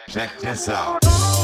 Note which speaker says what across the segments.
Speaker 1: Check this out.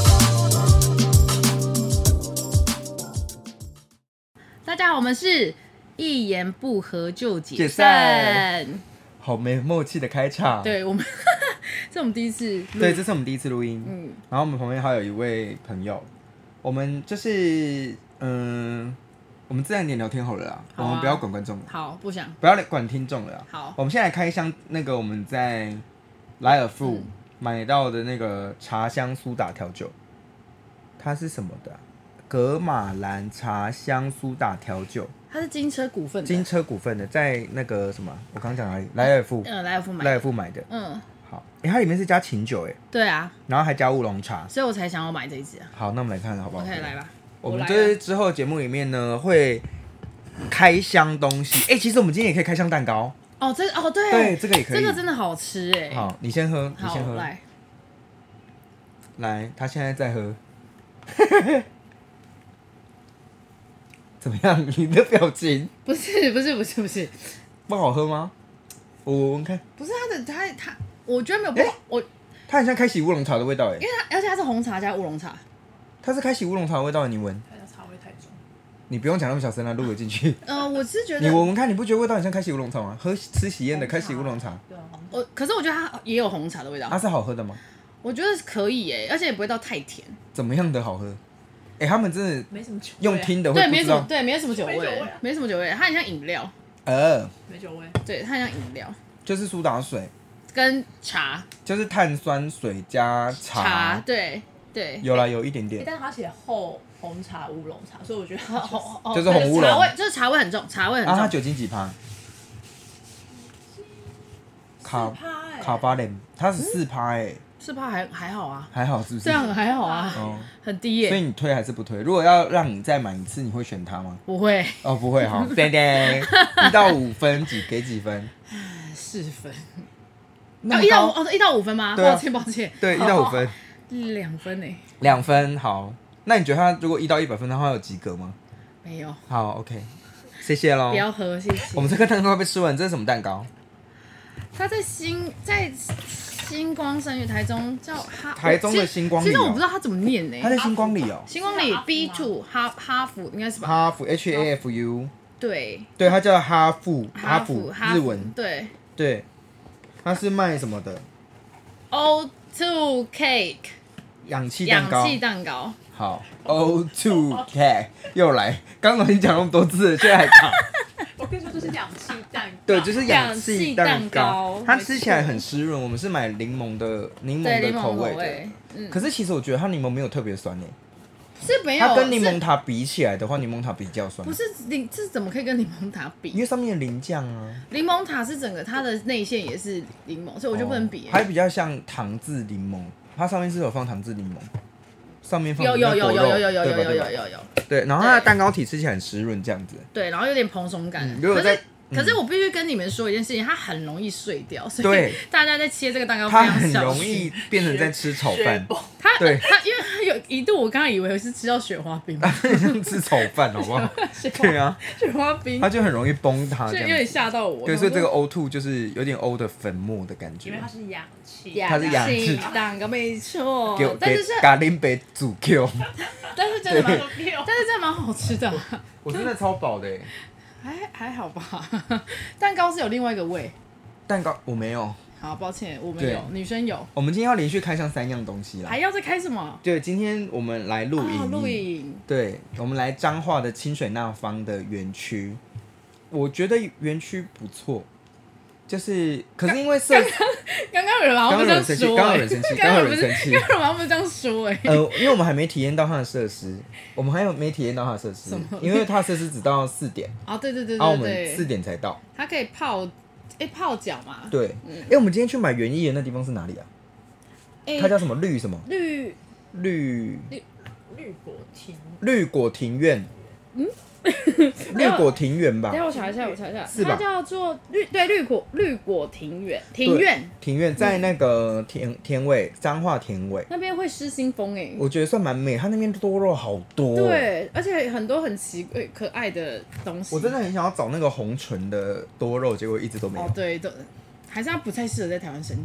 Speaker 2: 大家好，我们是一言不合就解
Speaker 3: 散。好没默契的开场。
Speaker 2: 对，我们这是我们第一次录。
Speaker 3: 对，这是我们第一次录音。然后我们旁边还有一位朋友，我们就是我们自然点聊天好了啦，我们不要管观众了。
Speaker 2: 好，不想。
Speaker 3: 不要管听众了啦。
Speaker 2: 好，
Speaker 3: 我们现在开箱那个我们在莱尔富买到的那个茶香苏打调酒，它是什么的格马兰茶香苏打调酒，
Speaker 2: 它是金车股份的。
Speaker 3: 金车股份的，在那个什么，我刚刚讲哪里？莱尔富。莱尔富买的。好，它里面是加琴酒
Speaker 2: 对啊，
Speaker 3: 然后还加乌龙茶，
Speaker 2: 所以我才想要买这一支啊。
Speaker 3: 好，那我们来看好不好
Speaker 2: ？OK， 来吧。
Speaker 3: 我们这之后节目里面呢会开箱东西，其实我们今天也可以开箱蛋糕。
Speaker 2: 哦，对，
Speaker 3: 对，这个也可以，
Speaker 2: 这个真的好吃
Speaker 3: 好，你先喝，
Speaker 2: 你先喝，
Speaker 3: 来，他现在在喝，怎么样？你的表情？
Speaker 2: 不是，
Speaker 3: 不好喝吗？我闻看，
Speaker 2: 不是它，我觉得没有不好，
Speaker 3: 它很像开喜乌龙茶的味道
Speaker 2: 因为而且它是红茶加乌龙茶，
Speaker 3: 它是开喜乌龙茶的味道，你闻。
Speaker 4: 它的茶味太重。
Speaker 3: 你不用讲那么小声啊，录了进去。
Speaker 2: 我是觉得
Speaker 3: 你闻闻看，你不觉得味道很像开喜乌龙茶吗？吃喜宴的开喜乌龙茶。
Speaker 4: 对啊，
Speaker 2: 可是我觉得它也有红茶的味道。
Speaker 3: 它是好喝的吗？
Speaker 2: 我觉得可以而且也不会到太甜。
Speaker 3: 怎么样的好喝？他们真的
Speaker 4: 没什么酒味
Speaker 3: 用听的会不知道。
Speaker 2: 对，没什么酒味，没什么酒味，它很像饮料。
Speaker 4: 没酒味。
Speaker 2: 对，它很像饮料，
Speaker 3: 就是苏打水
Speaker 2: 跟茶，
Speaker 3: 就是碳酸水加茶。
Speaker 2: 对，
Speaker 3: 有一点点。
Speaker 4: 但是它写红茶乌龙茶，所以我觉得
Speaker 3: 就是红乌龙，
Speaker 2: 茶味就是茶味很重，
Speaker 3: 它酒精几趴？卡巴连，它是4%
Speaker 2: 4%还好啊，
Speaker 3: 还好是不是？
Speaker 2: 这样还好啊，很低耶。
Speaker 3: 所以你推还是不推？如果要让你再买一次，你会选它吗？
Speaker 2: 不会。
Speaker 3: 不会哈。对，1到5分给几分
Speaker 2: ？4分。
Speaker 3: 1
Speaker 2: 到5分吗？
Speaker 3: 对啊，
Speaker 2: 抱歉。
Speaker 3: 对，1到5分。
Speaker 2: 2分
Speaker 3: 2分，好。那你觉得它如果1到100分的话，有及格吗？
Speaker 2: 没有。
Speaker 3: 好 ，OK， 谢谢咯。
Speaker 2: 不要喝，谢谢。
Speaker 3: 我们这个蛋糕被吃完，这是什么蛋糕？
Speaker 2: 它在星光圣域，台中叫
Speaker 3: 台中的星光里。
Speaker 2: 其实我不知道它怎么念
Speaker 3: 它在星光里
Speaker 2: 星光里 B2 哈佛应该是吧？
Speaker 3: 哈佛 HAFU。
Speaker 2: 对，
Speaker 3: 它叫哈佛日文。对，它是卖什么的
Speaker 2: ？O2 Cake
Speaker 3: 氧气蛋糕。好 ，O2 Cake 又来，刚刚已经讲那么多次了，现在还卡。
Speaker 4: 我跟你说，这是氧气蛋糕。
Speaker 3: 对，就是氧气蛋糕，它吃起来很湿润。我们是买柠檬的口味的。可是其实我觉得它柠檬没有特别酸
Speaker 2: 是没有。
Speaker 3: 它跟柠檬塔比起来的话，柠檬塔比较酸。
Speaker 2: 不是这怎么可以跟柠檬塔比？
Speaker 3: 因为上面的淋酱啊。
Speaker 2: 柠檬塔是整个它的内馅也是柠檬，所以我就不能比。
Speaker 3: 还比较像糖渍柠檬，它上面是有放糖渍柠檬。上面放
Speaker 2: 有，
Speaker 3: 对，然后它的蛋糕体吃起来很湿润，这样子。
Speaker 2: 对，然后有点蓬松感。可是我必须跟你们说一件事情，它很容易碎掉，所以大家在切这个蛋糕非常小心。
Speaker 3: 它很容易变成在吃炒饭。
Speaker 2: 它因为它有一度我刚刚以为是吃到雪花冰，
Speaker 3: 很像吃炒饭，好不好？对啊，
Speaker 2: 雪花冰，
Speaker 3: 它就很容易崩塌，这样
Speaker 2: 有点吓到我。
Speaker 3: 对，所以这个 O2 就是有点 O 的粉末的感觉，
Speaker 4: 因为它是氧气，
Speaker 3: 它是氧气
Speaker 2: 蛋糕，没错。
Speaker 3: 但是咖喱杯煮 Q，
Speaker 2: 但是真的蛮好吃的。
Speaker 3: 我真的超饱的。
Speaker 2: 还好吧，蛋糕是有另外一个味。
Speaker 3: 蛋糕我没有。
Speaker 2: 好，抱歉，我没有，女生有。
Speaker 3: 我们今天要连续开箱3样东西啦。
Speaker 2: 还要再开什么？
Speaker 3: 对，今天我们来露营。对，我们来彰化的清水那方的园区。我觉得园区不错，就是可是因为
Speaker 2: 刚刚有人好像不这样说，
Speaker 3: 刚刚有人生气，
Speaker 2: 刚刚有人好像不这样说
Speaker 3: 因为我们还没体验到它的设施，没体验到它的设施，因为它的设施只到4点。
Speaker 2: 对，
Speaker 3: 然后我们4点才到。
Speaker 2: 它可以泡脚嘛？
Speaker 3: 对，我们今天去买园艺的那地方是哪里啊？它叫什么绿什么？绿果庭院。绿果庭园吧？
Speaker 2: 等下我查一下，
Speaker 3: 是吧？
Speaker 2: 它叫做绿果庭院，
Speaker 3: 在那个田尾彰化田尾
Speaker 2: 那边会失心疯
Speaker 3: 我觉得算蛮美，它那边多肉好多。
Speaker 2: 对，而且很多很奇怪可爱的东西。
Speaker 3: 我真的很想要找那个红唇的多肉，结果一直都没有。
Speaker 2: 对，还是它不太适合在台湾生长。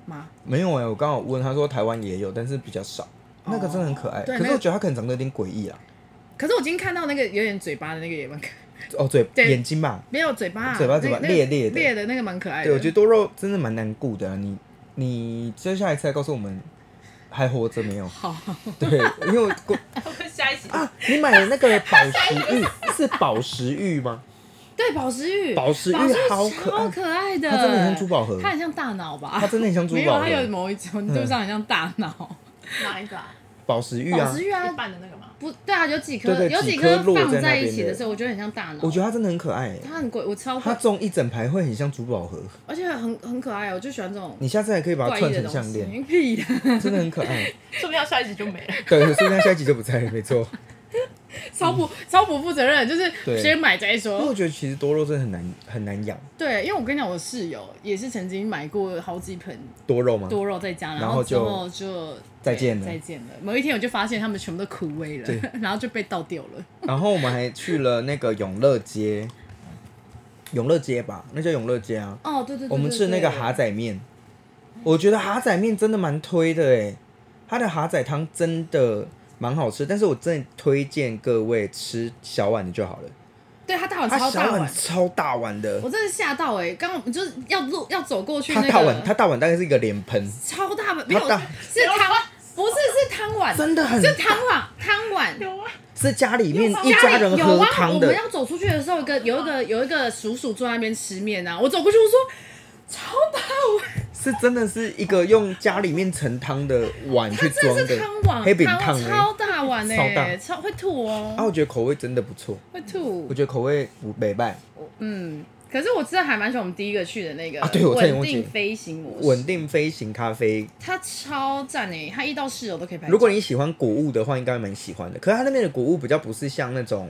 Speaker 2: 吗？
Speaker 3: 没有我刚好问他说台湾也有，但是比较少。那个真的很可爱，可是我觉得他可能长得有点诡异啦。
Speaker 2: 可是我今天看到那个有点嘴巴的那个也蛮可爱。
Speaker 3: 哦，眼睛吧？
Speaker 2: 没有嘴巴，
Speaker 3: 嘴巴裂
Speaker 2: 的那个蛮可爱的。
Speaker 3: 对，我觉得多肉真的蛮难顾的。你接下来再告诉我们还活着没有？
Speaker 2: 好。
Speaker 3: 对，因为我
Speaker 4: 下一集
Speaker 3: 啊，你买的那个宝石玉是宝石玉吗？
Speaker 2: 对，宝石玉
Speaker 3: 超
Speaker 2: 可爱的，
Speaker 3: 它真的很像珠宝盒，
Speaker 2: 它很像大脑吧？
Speaker 3: 它真的很像珠宝盒，
Speaker 2: 没有，它有某一种度上很像大脑。
Speaker 4: 哪一个啊？
Speaker 3: 宝石玉啊，
Speaker 4: 一般的那个吗？
Speaker 2: 不对啊，有几颗放在一起的时候，我觉得很像大脑。
Speaker 3: 我觉得它真的很可爱，
Speaker 2: 它很贵，我超
Speaker 3: 它种一整排会很像珠宝盒，
Speaker 2: 而且很可爱，我就喜欢这种。
Speaker 3: 你下次还可以把它串成项链，
Speaker 2: 屁的，
Speaker 3: 真的很可爱。
Speaker 4: 说不定下一集就没了。
Speaker 3: 对，说不定下一集就不在了，没错。
Speaker 2: 超不负责任，就是先买再说。
Speaker 3: 因为我觉得其实多肉真的很难养。
Speaker 2: 对，因为我跟你讲，我室友也是曾经买过好几盆
Speaker 3: 多肉吗？
Speaker 2: 多肉在家，然后之后就
Speaker 3: 再见了。
Speaker 2: 某一天我就发现他们全部都枯萎了，然后就被倒掉了。
Speaker 3: 然后我们还去了那个永乐街吧，那叫永乐街啊。
Speaker 2: 哦，对。
Speaker 3: 我们吃那个蛤仔面，我觉得蛤仔面真的蛮推的哎，它的蛤仔汤真的蛮好吃，但是我真的推荐各位吃小碗的就好了。
Speaker 2: 对，它大碗
Speaker 3: 超大碗的，
Speaker 2: 我真的吓到哎！刚刚我们就是要走过去，那个
Speaker 3: 它大碗大概是一个脸盆，
Speaker 2: 超大碗，没有是汤，不是汤碗，
Speaker 3: 真的很
Speaker 2: 是汤碗，
Speaker 4: 有啊，
Speaker 3: 是家里面一家人喝汤的。
Speaker 2: 我们要走出去的时候，有一个叔叔坐在那边吃面啊，我走过去我说超大碗。
Speaker 3: 是真的是一个用家里面盛汤的碗去装的，
Speaker 2: 汤碗
Speaker 3: 黑饼汤
Speaker 2: 超大碗哎，超会吐哦。
Speaker 3: 我觉得口味真的不错，
Speaker 2: 会吐。
Speaker 3: 我觉得口味没败。
Speaker 2: 可是我真的还蛮喜欢我们第一个去的那个稳定飞行模式，
Speaker 3: 稳定飞行咖啡，
Speaker 2: 它超赞哎，它1到4楼都可以拍照。
Speaker 3: 如果你喜欢古物的话，应该蛮喜欢的。可是它那边的古物比较不是像那种，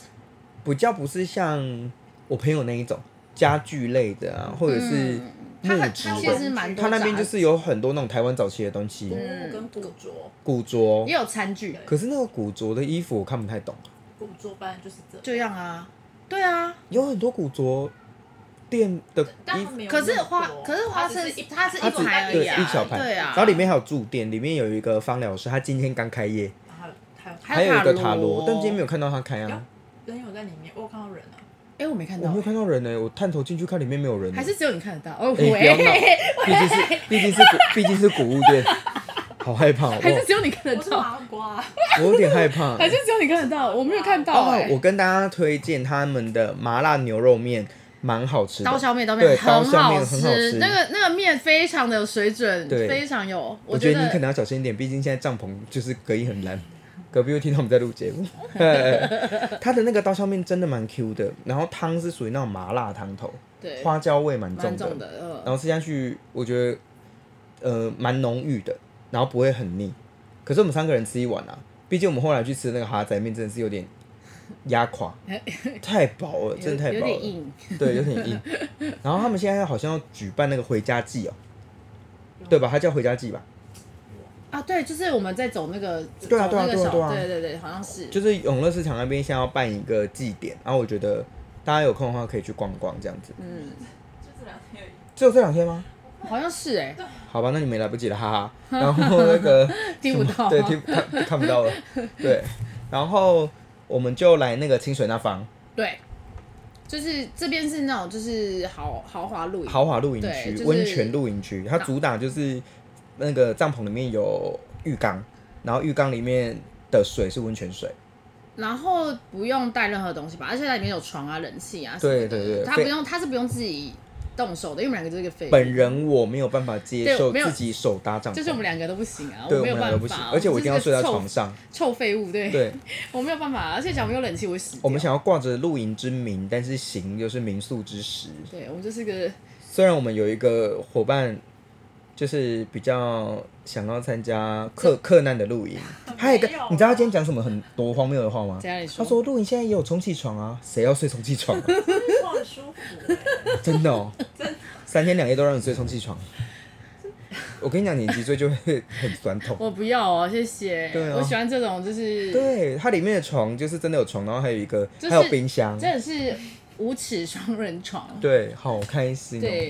Speaker 3: 我朋友那一种家具类的啊，或者是。
Speaker 2: 它其实蛮多，
Speaker 3: 它那边就是有很多那种台湾早期的东西，
Speaker 4: 跟
Speaker 3: 古着
Speaker 2: 也有餐具。
Speaker 3: 可是那个古着的衣服我看不太懂。
Speaker 4: 古着班就是
Speaker 2: 这样啊，对啊，
Speaker 3: 有很多古着店的衣服，
Speaker 2: 可是花是它是一排而已啊，
Speaker 3: 一小排，
Speaker 2: 对啊。
Speaker 3: 然后里面还有驻店，里面有一个芳疗师，他今天刚开业，
Speaker 2: 还
Speaker 3: 有一个塔罗，但今天没有看到他开啊。
Speaker 4: 人有在里面，我有看到人啊。
Speaker 2: 我没看到，
Speaker 3: 我没有看到人呢，我探头进去看里面没有人，
Speaker 2: 还是只有你看得到？哦，
Speaker 3: 不要闹，毕竟是古物店，好害怕，
Speaker 2: 还是只有你看得到？
Speaker 3: 我有点害怕，
Speaker 2: 还是只有你看得到？我没有看到。
Speaker 3: 我跟大家推荐他们的麻辣牛肉面，蛮好吃的。
Speaker 2: 刀削面很好吃，那个面非常的有水准，非常有。
Speaker 3: 我觉得你可能要小心一点，毕竟现在帐篷就是隔音很烂。隔壁又听到我们在录节目，它的那个刀削面真的蛮 Q 的，然后汤是属于那种麻辣汤头，
Speaker 2: 对，
Speaker 3: 花椒味蛮重
Speaker 2: 的，
Speaker 3: 然后吃下去我觉得蛮浓郁的，然后不会很腻。可是我们3个人吃一碗啊，毕竟我们后来去吃那个蛤仔面真的是有点压垮，太薄了，真的太薄了，
Speaker 2: 有点硬，
Speaker 3: 对，有点硬。然后他们现在好像要举办那个回家季哦，对吧？它叫回家季吧？
Speaker 2: 啊，对，就是我们在走那个，
Speaker 3: 对，好
Speaker 2: 像是，
Speaker 3: 就是永乐市场那边现在要办一个祭典，然后我觉得大家有空的话可以去逛逛这样子。
Speaker 4: 就这2天而已。
Speaker 3: 只有这2天吗？
Speaker 2: 好像是哎。
Speaker 3: 好吧，那你没来不及了，哈哈。然后那个
Speaker 2: 听不到，
Speaker 3: 对，看不到了，对。然后我们就来那个清水那方，
Speaker 2: 对，就是这边是那种就是豪华露
Speaker 3: 营区，温泉露营区，它主打就是。那个帐篷里面有浴缸，然后浴缸里面的水是温泉水，
Speaker 2: 然后不用带任何东西吧，而且它里面有床啊、冷气啊。
Speaker 3: 对，
Speaker 2: 它是不用自己动手的，因为我们2个就是一个废物。
Speaker 3: 本人我没有办法接受自己手搭帐篷，
Speaker 2: 就是我们2个都不行啊，
Speaker 3: 对，
Speaker 2: 我没有办
Speaker 3: 法，而且我一定要睡在床上，
Speaker 2: 臭废物，对，我没有办法，而且假如没有冷气我会死掉。
Speaker 3: 我们想要挂着露营之名，但是行就是民宿之实。
Speaker 2: 对，我们就是个。
Speaker 3: 虽然我们有一个伙伴。就是比较想要参加克难的露营，他也跟你知道他今天讲什么很多荒谬的话吗？他说露营现在也有充气床啊，谁要睡充气床啊？
Speaker 4: 哇，很舒服
Speaker 3: 真的哦，3天2夜都让你睡充气床。我跟你讲，你脊椎就会很酸痛。
Speaker 2: 我不要哦，谢谢。
Speaker 3: 对啊，
Speaker 2: 我喜欢这种，就是
Speaker 3: 对它里面的床就是真的有床，然后还有一个还有冰箱，
Speaker 2: 真的是无齿双人床。
Speaker 3: 对，好开心哦。
Speaker 2: 对。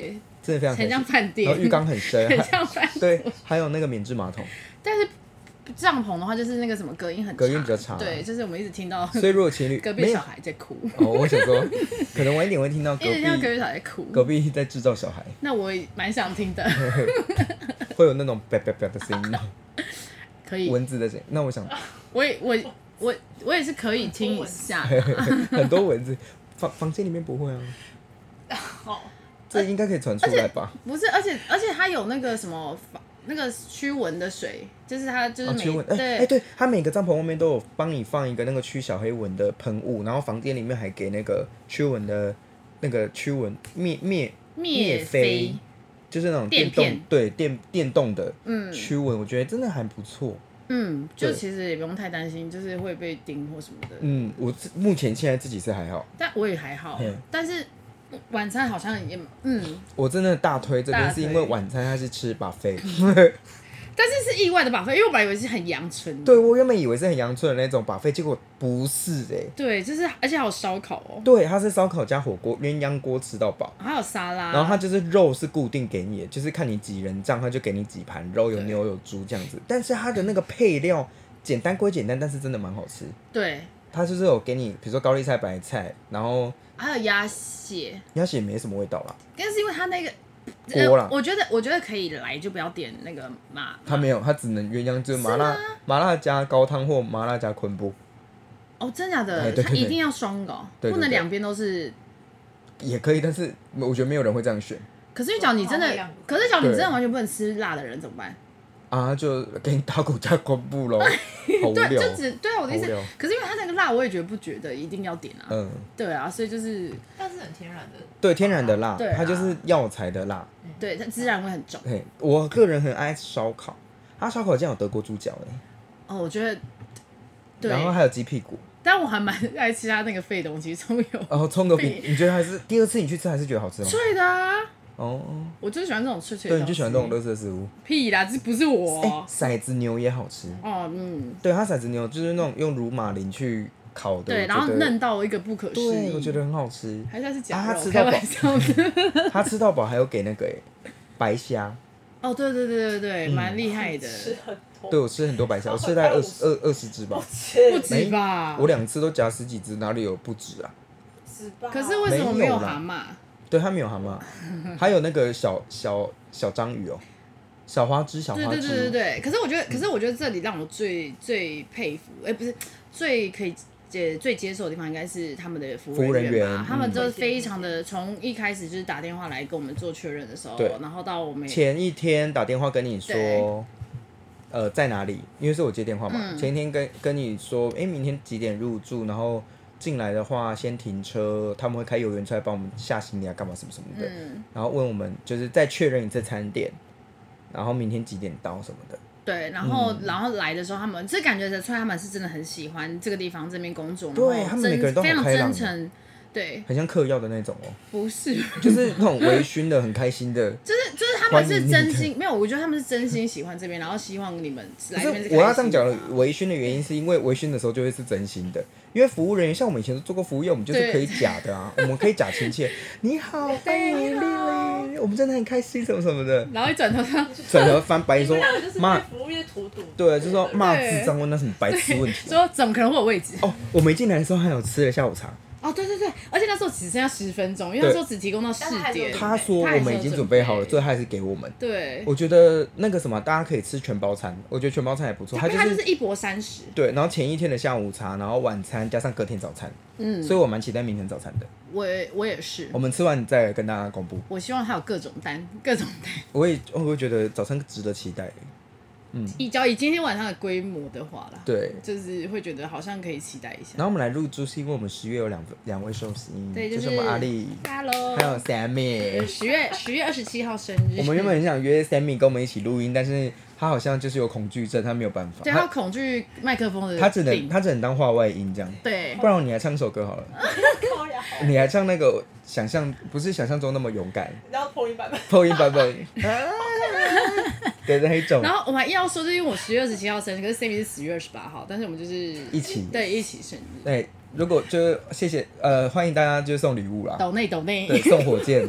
Speaker 3: 真的非常开心，
Speaker 2: 很像饭店，
Speaker 3: 然后浴缸很深，
Speaker 2: 很像饭店，
Speaker 3: 对，还有那个免治马桶。
Speaker 2: 但是帐篷的话，就是那个什么隔音很差，
Speaker 3: 隔音比较差，
Speaker 2: 对，就是我们一直听到，
Speaker 3: 所以如果情侣
Speaker 2: 隔壁小孩在哭，
Speaker 3: 哦，我想说，可能晚一点会听到隔壁
Speaker 2: 小孩在哭，
Speaker 3: 隔壁在制造小孩，
Speaker 2: 那我也蛮想听的，
Speaker 3: 会有那种叭叭叭的声音吗？
Speaker 2: 可以，
Speaker 3: 蚊子的声音，那我想，
Speaker 2: 我也是可以听一下，
Speaker 3: 很多蚊子，房间里面不会啊，
Speaker 4: 好，
Speaker 3: 这应该可以传出来吧？
Speaker 2: 不是，而且它有那个什么。那个驱蚊的水，就是它就是
Speaker 3: 驱蚊，对，它每个帐篷外面都有帮你放一个那个驱小黑蚊的喷雾，然后房间里面还给那个驱蚊的那个驱蚊灭飞，就是那种电动对电动的驱蚊，我觉得真的还不错。
Speaker 2: 就其实也不用太担心，就是会被叮或什么的。
Speaker 3: 我目前现在自己是还好，
Speaker 2: 但我也还好，但是。晚餐好像也
Speaker 3: 我真的大推这边是因为晚餐它是吃 buffet，
Speaker 2: 但是是意外的 buffet， 因为我本来以为是很阳春，
Speaker 3: 对我原本以为是很阳春的那种 buffet， 结果不是
Speaker 2: 对，就是而且还有烧烤哦，
Speaker 3: 对，它是烧烤加火锅鸳鸯锅吃到饱，
Speaker 2: 还有沙拉，
Speaker 3: 然后它就是肉是固定给你的，就是看你几人帐，它就给你几盘肉，有牛有猪这样子，但是它的那个配料简单归简单，但是真的蛮好吃，
Speaker 2: 对，
Speaker 3: 它就是有给你比如说高丽菜白菜，然后
Speaker 2: 还有鸭血没什么味道啦，但是因为它那个锅啦，我觉得可以来就不要点那个它
Speaker 3: 没有，它只能鸳鸯，就是麻辣加高汤或麻辣加昆布。
Speaker 2: 哦，真假的？它一定要双的，不能两边都是。
Speaker 3: 也可以，但是我觉得没有人会这样选。
Speaker 2: 可是假如你真的完全不能吃辣的人怎么办？
Speaker 3: 啊，就给你打骨加昆布咯。好无聊。
Speaker 2: 对，就对啊，我的意思。可是因为它那个辣，我也不觉得一定要点啊。对啊，所以就是，
Speaker 4: 但是很天然的。
Speaker 3: 对，天然的辣，它就是药材的辣。
Speaker 2: 对，它孜然味很重。
Speaker 3: 对，我个人很爱吃烧烤，它烧烤竟然有德国猪脚
Speaker 2: 哦，我觉得。对。
Speaker 3: 然后还有鸡屁股。
Speaker 2: 但我还蛮爱吃它那个废东西，葱油。
Speaker 3: 哦，葱油饼，你觉得还是第二次你去吃还是觉得好吃吗？
Speaker 2: 脆的啊。
Speaker 3: 哦，
Speaker 2: 我就是喜欢这种脆脆的。
Speaker 3: 对，你就喜欢这种垃圾食物。
Speaker 2: 屁啦，这不是我。
Speaker 3: 骰子牛也好吃。
Speaker 2: 哦，
Speaker 3: 对，它骰子牛就是那种用乳马林去烤的。
Speaker 2: 对，然后嫩到一个不可思议。
Speaker 3: 对，我觉得很好吃。
Speaker 2: 还是假肉？
Speaker 3: 他吃到饱。他吃到饱还有给那个白虾。
Speaker 2: 哦，对，蛮厉害的。
Speaker 3: 对，我吃很多白虾，我吃大概20只吧。
Speaker 2: 不止吧？
Speaker 3: 我2次都夹10几只，哪里有不止啊？
Speaker 2: 可是为什么没有蛤蟆？
Speaker 3: 对，它没有蛤蟆，还有那个小章鱼哦，小花枝。
Speaker 2: 对。可是我觉得这里让我最佩服，不是最可以最接受的地方，应该是他们的服务人员吧。他们都非常的，从一开始就是打电话来跟我们做确认的时候，然后到我们
Speaker 3: 前一天打电话跟你说。在哪里？因为是我接电话嘛。前一天跟你说，明天几点入住，然后进来的话先停车，他们会开邮员出来帮我们下行李啊，干嘛什么什么的。然后问我们就是再确认一次餐点，然后明天几点到什么的。
Speaker 2: 对，然后来的时候，他们这感觉得出来，他们是真的很喜欢这个地方这边工作，
Speaker 3: 对他们每个人都
Speaker 2: 非常真诚。对，
Speaker 3: 很像嗑药的那种哦。
Speaker 2: 不是，
Speaker 3: 就是那种微醺的，很开心的。
Speaker 2: 就是他们是真心，没有，我觉得他们是真心喜欢这边，然后希望你们来这边是开心的。
Speaker 3: 我要这样讲的微醺的原因，是因为微醺的时候就会是真心的，因为服务人员像我们以前都做过服务业，我们就是可以假的啊，我们可以假亲切，你好，欢迎莅临，我们真的很开心，什么什么的。
Speaker 2: 然后一转头
Speaker 3: 翻白眼说
Speaker 4: 骂服务业荼毒，
Speaker 3: 对，就说骂智障问那什么白痴问题，
Speaker 2: 说怎么可能会有位置？
Speaker 3: 哦，我没进来的时候还有吃了下午茶。
Speaker 2: 哦，对，而且那时候只剩下10分钟，因为那时候只提供到4点。
Speaker 3: 他说我们已经准备好了，最后还是给我们。
Speaker 2: 对，
Speaker 3: 我觉得那个什么，大家可以吃全包餐，我觉得全包餐也不错。它
Speaker 2: 就是1博30。
Speaker 3: 对，然后前一天的下午茶，然后晚餐加上隔天早餐。所以我蛮期待明天早餐的。
Speaker 2: 我也是。
Speaker 3: 我们吃完再跟大家公布。
Speaker 2: 我希望它有各种单。
Speaker 3: 我会觉得早餐值得期待。
Speaker 2: 以今天晚上的规模的话啦，
Speaker 3: 对，
Speaker 2: 就是会觉得好像可以期待一下。
Speaker 3: 然后我们来入住是因为我们10月有两位寿星，
Speaker 2: 对，
Speaker 3: 就是我们阿丽
Speaker 2: ，Hello，
Speaker 3: 还有 Sammy，
Speaker 2: 10月27号生日。
Speaker 3: 我们原本很想约 Sammy 跟我们一起录音，但是他好像就是有恐惧症，他没有办法。
Speaker 2: 对，他恐惧麦克风的，
Speaker 3: 他只能当话外音这样。
Speaker 2: 对，
Speaker 3: 不然你来唱一首歌好了。你来唱那个不是想象中那么勇敢。
Speaker 4: 然后破音版
Speaker 3: 本。对那一种。
Speaker 2: 然后我们还要说，就是因为我10月27号生日，可是 Sammy 是10月28号，但是我们就是一起生日。
Speaker 3: 对，如果就是谢谢欢迎大家就送礼物啦。
Speaker 2: 抖内
Speaker 3: 对，送火箭。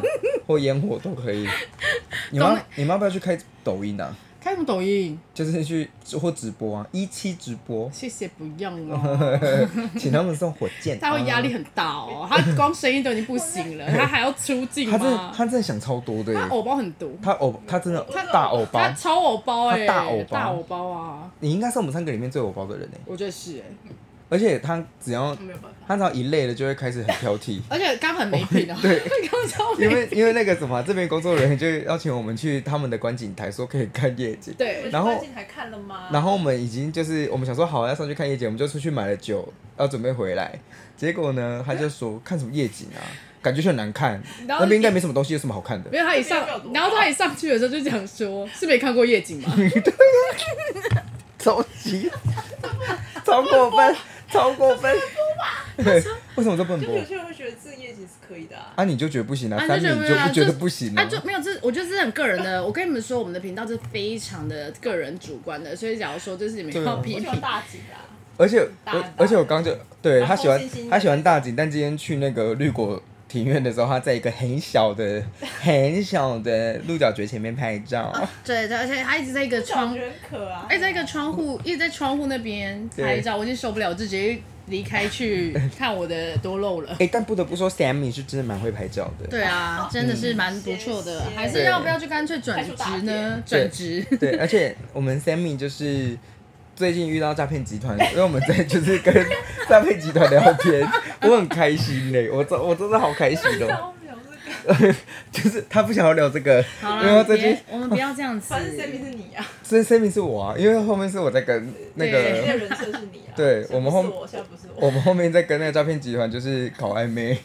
Speaker 3: 或烟火都可以。你们要不要去开抖音啊？
Speaker 2: 开什么抖音？
Speaker 3: 就是去或直播啊，17直播。
Speaker 2: 谢谢，不用哦。
Speaker 3: 请他们送火箭。
Speaker 2: 他会压力很大哦，他光声音都已经不行了，他还要出镜吗？
Speaker 3: 他真的想超多的耶。
Speaker 2: 他偶包很多。
Speaker 3: 他真的大偶包。
Speaker 2: 他超偶包哎，
Speaker 3: 大
Speaker 2: 偶包啊！
Speaker 3: 你应该是我们3个里面最偶包的人哎。
Speaker 2: 我觉得是哎。
Speaker 3: 而且他只要一累了就会开始很挑剔，
Speaker 2: 而且刚很没品啊。
Speaker 3: 对，
Speaker 2: 刚超没
Speaker 3: 品。因为那个什么，这边工作人员就邀请我们去他们的观景台，说可以看夜景。
Speaker 4: 对，
Speaker 3: 然后
Speaker 4: 观景台看了吗？
Speaker 3: 然后我们已经就是我们想说好要上去看夜景，我们就出去买了酒，要准备回来。结果呢，他就说看什么夜景啊，感觉就很难看，那边应该没什么东西，有什么好看的？
Speaker 2: 没有，他一上去的时候就讲说，是没看过夜景吗？
Speaker 3: 对呀，超级超过分。超过分！对，为什么这不能播？
Speaker 4: 有些人会觉得这夜景是可以的啊。
Speaker 3: 你就觉得不行啊？三米就不觉得不行啊？
Speaker 2: 就没有我觉得这是很个人的。我跟你们说，我们的频道是非常的个人主观的，所以假如说这是你们要批评
Speaker 4: 大景啊。
Speaker 3: 而且我刚就对他喜欢大景，但今天去那个绿果庭院的时候，他在一个很小的鹿角蕨前面拍照。
Speaker 2: 对，而且他一直在一个窗，
Speaker 4: 一
Speaker 2: 直在一个窗户，一直在窗户那边拍照，我已经受不了，我就直接离开去看我的多肉了。
Speaker 3: 但不得不说 ，Sammy 是真的蛮会拍照的。
Speaker 2: 对啊，真的是蛮不错的。还是要不要就干脆转职呢？转职。
Speaker 3: 对，而且我们 Sammy 就是最近遇到诈骗集团，因为我们在就是跟诈骗集团聊天，我很开心嘞，我真的好开心哦。就是他不想要聊这个，
Speaker 2: 好
Speaker 3: 因为最近
Speaker 2: 我们不要这样子。
Speaker 4: 反正 Sammy 是你啊，
Speaker 3: 所以 Sammy 是我啊，因为后面是我在跟那个
Speaker 4: 人设是你啊。
Speaker 3: 对，我们后面在跟那个诈骗集团就是搞暧昧。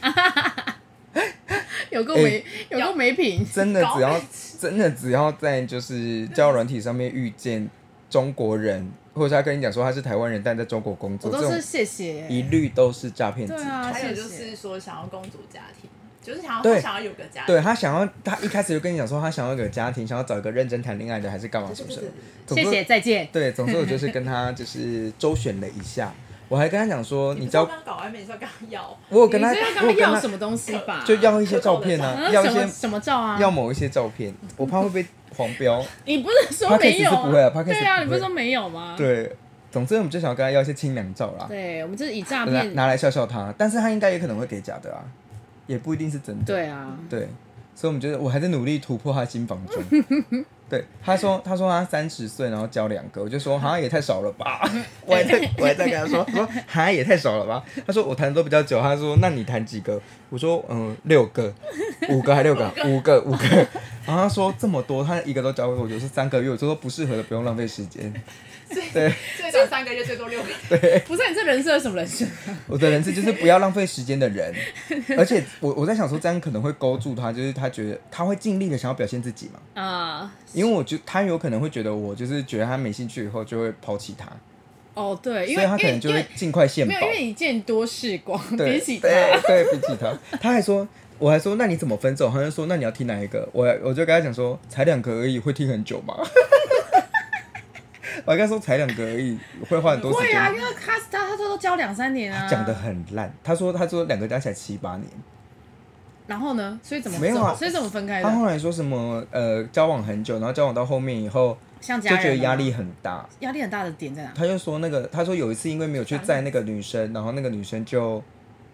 Speaker 2: 有够没品。
Speaker 3: 真的只要在就是交友软体上面遇见中国人，或者他跟你讲说他是台湾人，但在中国工作，
Speaker 2: 我都是谢谢，
Speaker 3: 一律都是诈骗集团。
Speaker 2: 对啊，
Speaker 4: 还有就是说想要公主家庭。就是他想要有个家庭，
Speaker 3: 对他一开始就跟你讲说他想要有个家庭，想要找一个认真谈恋爱的，还是干嘛什么什么。
Speaker 2: 谢谢，再见。
Speaker 3: 对，总之我就是跟他就是周旋了一下，我还跟他讲说，你知道
Speaker 4: 刚搞暧昧，你是要跟他要？
Speaker 3: 我有跟他
Speaker 2: 要什么东西吧？
Speaker 3: 就要一些照片啊，要一些
Speaker 2: 什么照啊？
Speaker 3: 要某一些照片，我怕会被黄标。
Speaker 2: 你不是说没有？
Speaker 3: 不会啊，对
Speaker 2: 啊，你不是说没有吗？
Speaker 3: 对。总之，我们就想要跟他要一些清凉照啦。
Speaker 2: 对，我们就是以诈骗
Speaker 3: 拿来笑笑他，但是他应该也可能会给假的啊。也不一定是真的。
Speaker 2: 对啊，
Speaker 3: 对，所以我们觉得我还在努力突破他的心房中。对，他说他30岁，然后交2个，我就说好像也太少了吧。我还在跟他说好像也太少了吧。他说我谈的都比较久，他说那你谈几个？我说6个，5个还6个，5个。然后他说这么多，他一个都交给我，就是3个月。我就说不适合的不用浪费时间。
Speaker 4: 对，最短3个月，最多6个。
Speaker 3: 对，
Speaker 2: 不是你这人设什么人设？
Speaker 3: 我的人设就是不要浪费时间的人，而且我在想说这样可能会勾住他，就是他觉得他会尽力的想要表现自己嘛。因为我觉得他有可能会觉得我就是觉得他没兴趣以后就会抛弃他。
Speaker 2: 哦，对，
Speaker 3: 所以他可能就会尽快献宝。
Speaker 2: 没有，因为你见多识广，比起他，
Speaker 3: 对，比起他，我还说那你怎么分手？他就说那你要听哪一个？我就跟他讲说才2个而已，会听很久吗？我还跟他说才2个而已，会花很多时间。
Speaker 2: 会啊，因为他都交2-3年啊。
Speaker 3: 讲得很烂，他说2个加起来7-8年。
Speaker 2: 然后呢？所以怎么
Speaker 3: 没有啊？
Speaker 2: 所以怎么分开的？
Speaker 3: 他后来说什么交往很久，然后交往到后面以后，
Speaker 2: 就
Speaker 3: 觉得压力很大。
Speaker 2: 压力很大的点在哪？
Speaker 3: 他就说他说有一次因为没有去载那个女生，然后那个女生就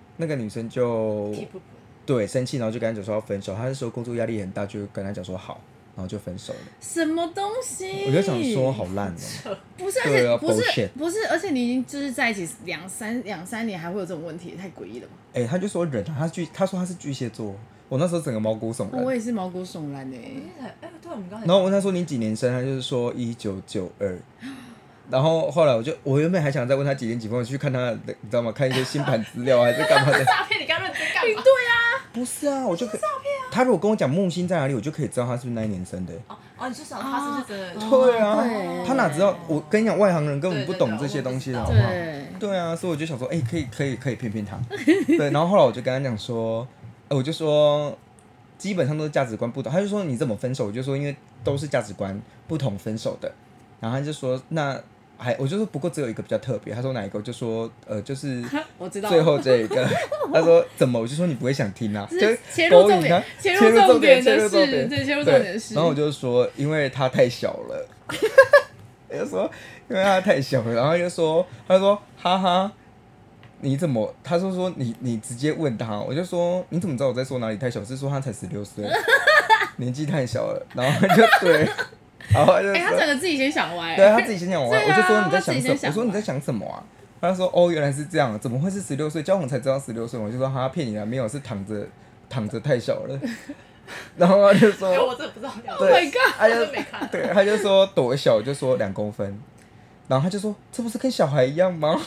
Speaker 3: 对生气，然后就跟他讲说要分手。他是说工作压力很大，就跟他讲说好。然后就分手了。
Speaker 2: 什么东西？
Speaker 3: 我就想说好烂哦。
Speaker 2: 不是，而且不是，而且你已经就是在一起两三年，还会有这种问题，太诡异了吧？
Speaker 3: 他就说人啊，他说他是巨蟹座，我那时候整个毛骨悚然。
Speaker 2: 我也是毛骨悚然
Speaker 4: 对，我们刚才。
Speaker 3: 然后我问他说你几年生，他就是说1992。然后后来我原本还想再问他几年几分，我去看他的，你知道吗？看一些星盘资料还是干嘛的？
Speaker 4: 诈骗，你刚认真干嘛？
Speaker 2: 对啊，
Speaker 3: 不是啊，我就可以。他如果跟我讲木星在哪里，我就可以知道他是不是那一年生的。
Speaker 4: 你就想他是不是真的？
Speaker 3: 对啊，他哪知道？我跟你讲，外行人根本不懂这些东西的，好不好？对啊，所以我就想说，可以骗骗他。对，然后后来我就跟他讲说，我就说基本上都是价值观不同。他就说你怎么分手？我就说因为都是价值观不同分手的。然后他就说那我就说不过只有一个比较特别，他说哪一个？我就说就是
Speaker 2: 我知道
Speaker 3: 最后这一个，他说怎么？我就说你不会想听啊，就
Speaker 2: 切入重点，切入重点的事，对，切入重点的事。
Speaker 3: 然后我就说，因为他太小了，我就说因为他太小了，然后他就说哈哈。你怎么？他说你直接问他，我就说你怎么知道我在说哪里太小？是说他才16岁，年纪太小了。然后他就对，然后他就说，
Speaker 2: 他整个自己先想歪，
Speaker 3: 对他自己先想歪，我就说你在想什么？
Speaker 2: 我
Speaker 3: 说你在想什么啊？他说哦，原来是这样，怎么会是16岁？交往才知道16岁，我就说他骗你了，没有，是躺着太小了。然后他就说，
Speaker 4: 我真的不知道
Speaker 2: ，Oh my god，
Speaker 3: 他就没看，对，他就说多小，我就说2公分，然后他就说这不是跟小孩一样吗？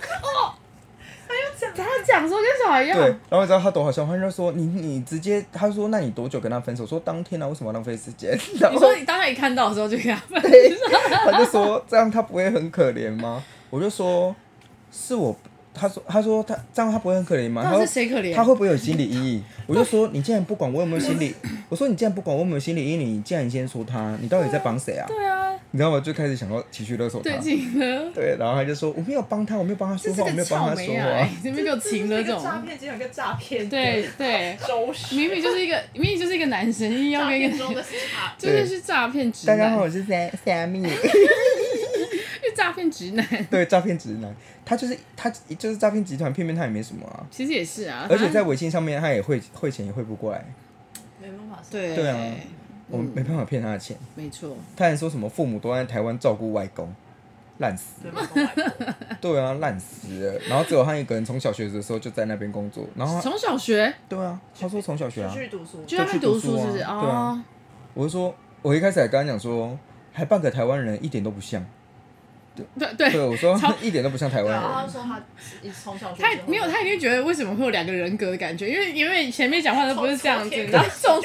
Speaker 2: 他讲说跟小孩一样，
Speaker 3: 对，然后你知道他多好笑，他就说你直接，他说那你多久跟他分手？说当天啊，为什么要浪费时间？
Speaker 2: 你说你当他一看到的时候就跟他分手，
Speaker 3: 他就说这样他不会很可怜吗？我就说是我，他说他这样他不会很可怜吗？
Speaker 2: 那是谁可怜？
Speaker 3: 他会不会有心理阴影？我就说你既然不管我有没有心理，我说你既然不管我有没有心理阴影，你既然先说他，你到底在帮谁啊？
Speaker 2: 对啊，
Speaker 3: 你知道吗？就开始想要情绪勒索他，
Speaker 2: 对，情勒，
Speaker 3: 对，然后他就说我没有帮他，我没有帮他说话，我没有帮他说话，
Speaker 2: 这边就情勒这种
Speaker 4: 诈骗集团跟诈骗，
Speaker 2: 对，明明就是一个男生，硬要跟一个就是诈骗直男。
Speaker 3: 大家好，我是 Sammy。
Speaker 2: 诈骗直男，
Speaker 3: 对，诈骗直男，他就是诈骗集团，骗他也没什么啊。
Speaker 2: 其实也是啊，
Speaker 3: 而且在微信上面，他也汇钱也汇不过来。
Speaker 4: 没办法，
Speaker 3: 对啊，我没办法骗他的钱。
Speaker 2: 没错。
Speaker 3: 他还说什么父母都在台湾照顾外公，烂死了。对啊，烂死了。然后只有他一个人从小学的时候就在那边工作，然后
Speaker 2: 从小学。
Speaker 3: 对啊，他说从小学啊，
Speaker 4: 去读书，
Speaker 2: 就在那边读书是不是？
Speaker 3: 对啊。我就说，我一开始还跟他讲说，还半个台湾人，一点都不像。对，我说一点都不像台湾人。
Speaker 4: 然后他说他从小
Speaker 2: 他没有，他一定觉得为什么会有2个人格的感觉，因为前面讲话都不是这样子，然后从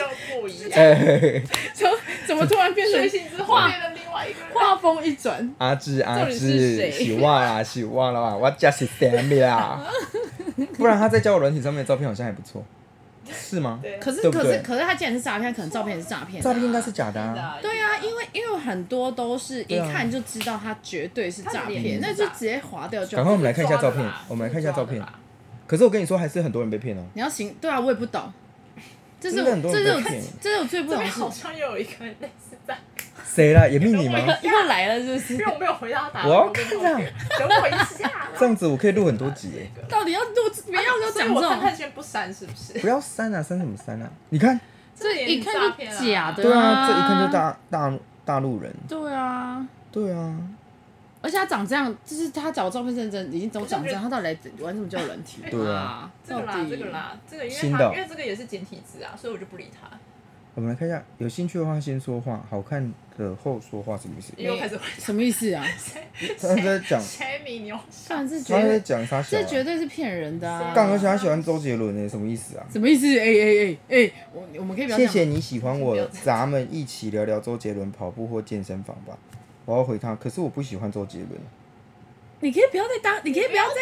Speaker 2: 怎么突然变成
Speaker 4: 随性之后变成另外一个人，
Speaker 2: 画风一转，
Speaker 3: 阿志，洗袜啦，我就是 Sammy 啦。不然他在交友软体上面的照片好像还不错。是吗？
Speaker 2: 可是他既然是诈骗，可能照片也是诈骗。
Speaker 3: 诈骗应该是假的啊。
Speaker 2: 对啊，因为很多都是一看就知道他绝对是诈骗，那就直接划掉就好。
Speaker 3: 赶快我们来看一下照片，可是我跟你说，还是很多人被骗哦。
Speaker 2: 你要行，对啊，我也不懂。这是我最不懂的事。
Speaker 4: 好像又有一个类似在。
Speaker 3: 谁啦？也命你吗？
Speaker 2: 又来了，是不是？
Speaker 4: 因为我没有回答他。
Speaker 3: 我要看啊！
Speaker 4: 等我一下。
Speaker 3: 这样子我可以录很多集耶。
Speaker 2: 到底要录？不要就讲这种。
Speaker 4: 看先不删是不是？
Speaker 3: 不要删啊！删什么删啊？你看，
Speaker 2: 这一看就假的。
Speaker 3: 对啊，这一看就大陆人。
Speaker 2: 对啊。
Speaker 3: 对啊。
Speaker 2: 而且他长这样，就是他找照片认真已经都长这样，他到底来玩什么交友软体？
Speaker 3: 对啊。
Speaker 4: 这个啦，因为这个也是简体字啊，所以我就不理他。
Speaker 3: 我们来看一下，有兴趣的话先说话，好看的后说话什么意思？
Speaker 4: 又开始
Speaker 2: 什么意思啊？
Speaker 3: 他在讲，
Speaker 2: 他
Speaker 3: 在讲啥？
Speaker 2: 这绝对是骗人的啊！
Speaker 3: 而且他喜欢周杰伦诶，什么意思啊？
Speaker 2: 什么意思？我们可以不要。
Speaker 3: 谢谢你喜欢我，咱们一起聊聊周杰伦跑步或健身房吧。我要回他，可是我不喜欢周杰伦。
Speaker 2: 你可以不要再当，你不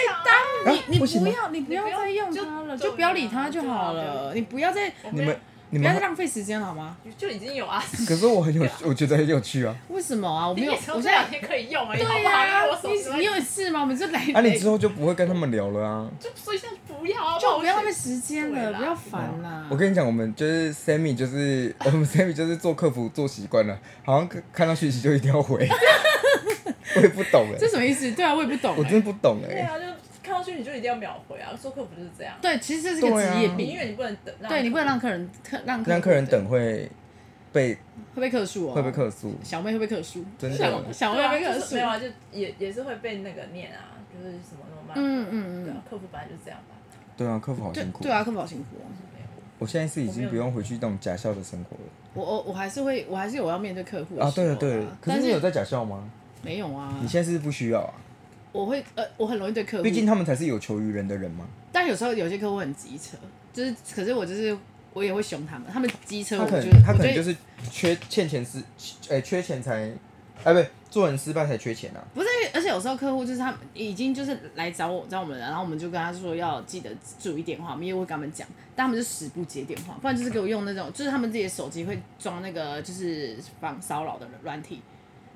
Speaker 2: 要再用他了，就不要理他就好了。你不要再不要再浪费时间了好吗？
Speaker 4: 就已经有啊。
Speaker 3: 可是我觉得很有趣啊。
Speaker 2: 为什么啊？我没有，我
Speaker 4: 这2天可以用而已。
Speaker 2: 对呀，你有事吗？我们就来。
Speaker 3: 你之后就不会跟他们聊了啊。
Speaker 4: 所以现在不要，
Speaker 2: 就不要浪费时间了，不要烦啦。
Speaker 3: 我跟你讲，我们就是 Sammy， 我们 Sammy 就是做客服做习惯了，好像看到讯息就一定要回。我也不懂哎。
Speaker 2: 这什么意思？对啊，我也不懂。
Speaker 3: 我真的不懂哎。
Speaker 4: 对啊，就看到讯息就一定要秒回啊！做客服就是这样。
Speaker 2: 对，其实这是个职业病，
Speaker 4: 因为你不能等。
Speaker 2: 对，你不能让
Speaker 3: 客人等会被
Speaker 2: 客诉哦。
Speaker 3: 会被客诉。
Speaker 2: 小妹会被客诉。
Speaker 3: 真的。
Speaker 2: 小妹会被客诉。
Speaker 4: 没有啊，就也是会被那个念啊，就是什么那么慢。对啊，客服本来就是这样吧。
Speaker 3: 对啊，客服好辛苦。
Speaker 2: 对啊，客服好辛苦哦。
Speaker 3: 我现在是已经不用回去那种假笑的生活了。
Speaker 2: 我还是有要面对客户
Speaker 3: 啊。对。可是你有在假笑吗？
Speaker 2: 没有啊。
Speaker 3: 你现在是不需要啊？
Speaker 2: 我很容易对客户，
Speaker 3: 毕竟他们才是有求于人的人嘛。
Speaker 2: 但有时候有些客户很机车，可是我也会凶他们，他们机车，
Speaker 3: 他可能就是欠钱缺钱才，不做人失败才缺钱啊。
Speaker 2: 不是，而且有时候客户就是他们已经就是来找我们了，然后我们就跟他说要记得注意电话，我们也会跟他们讲，但他们就死不接电话，不然就是给我用那种，就是他们自己的手机会装那个就是防骚扰的软体。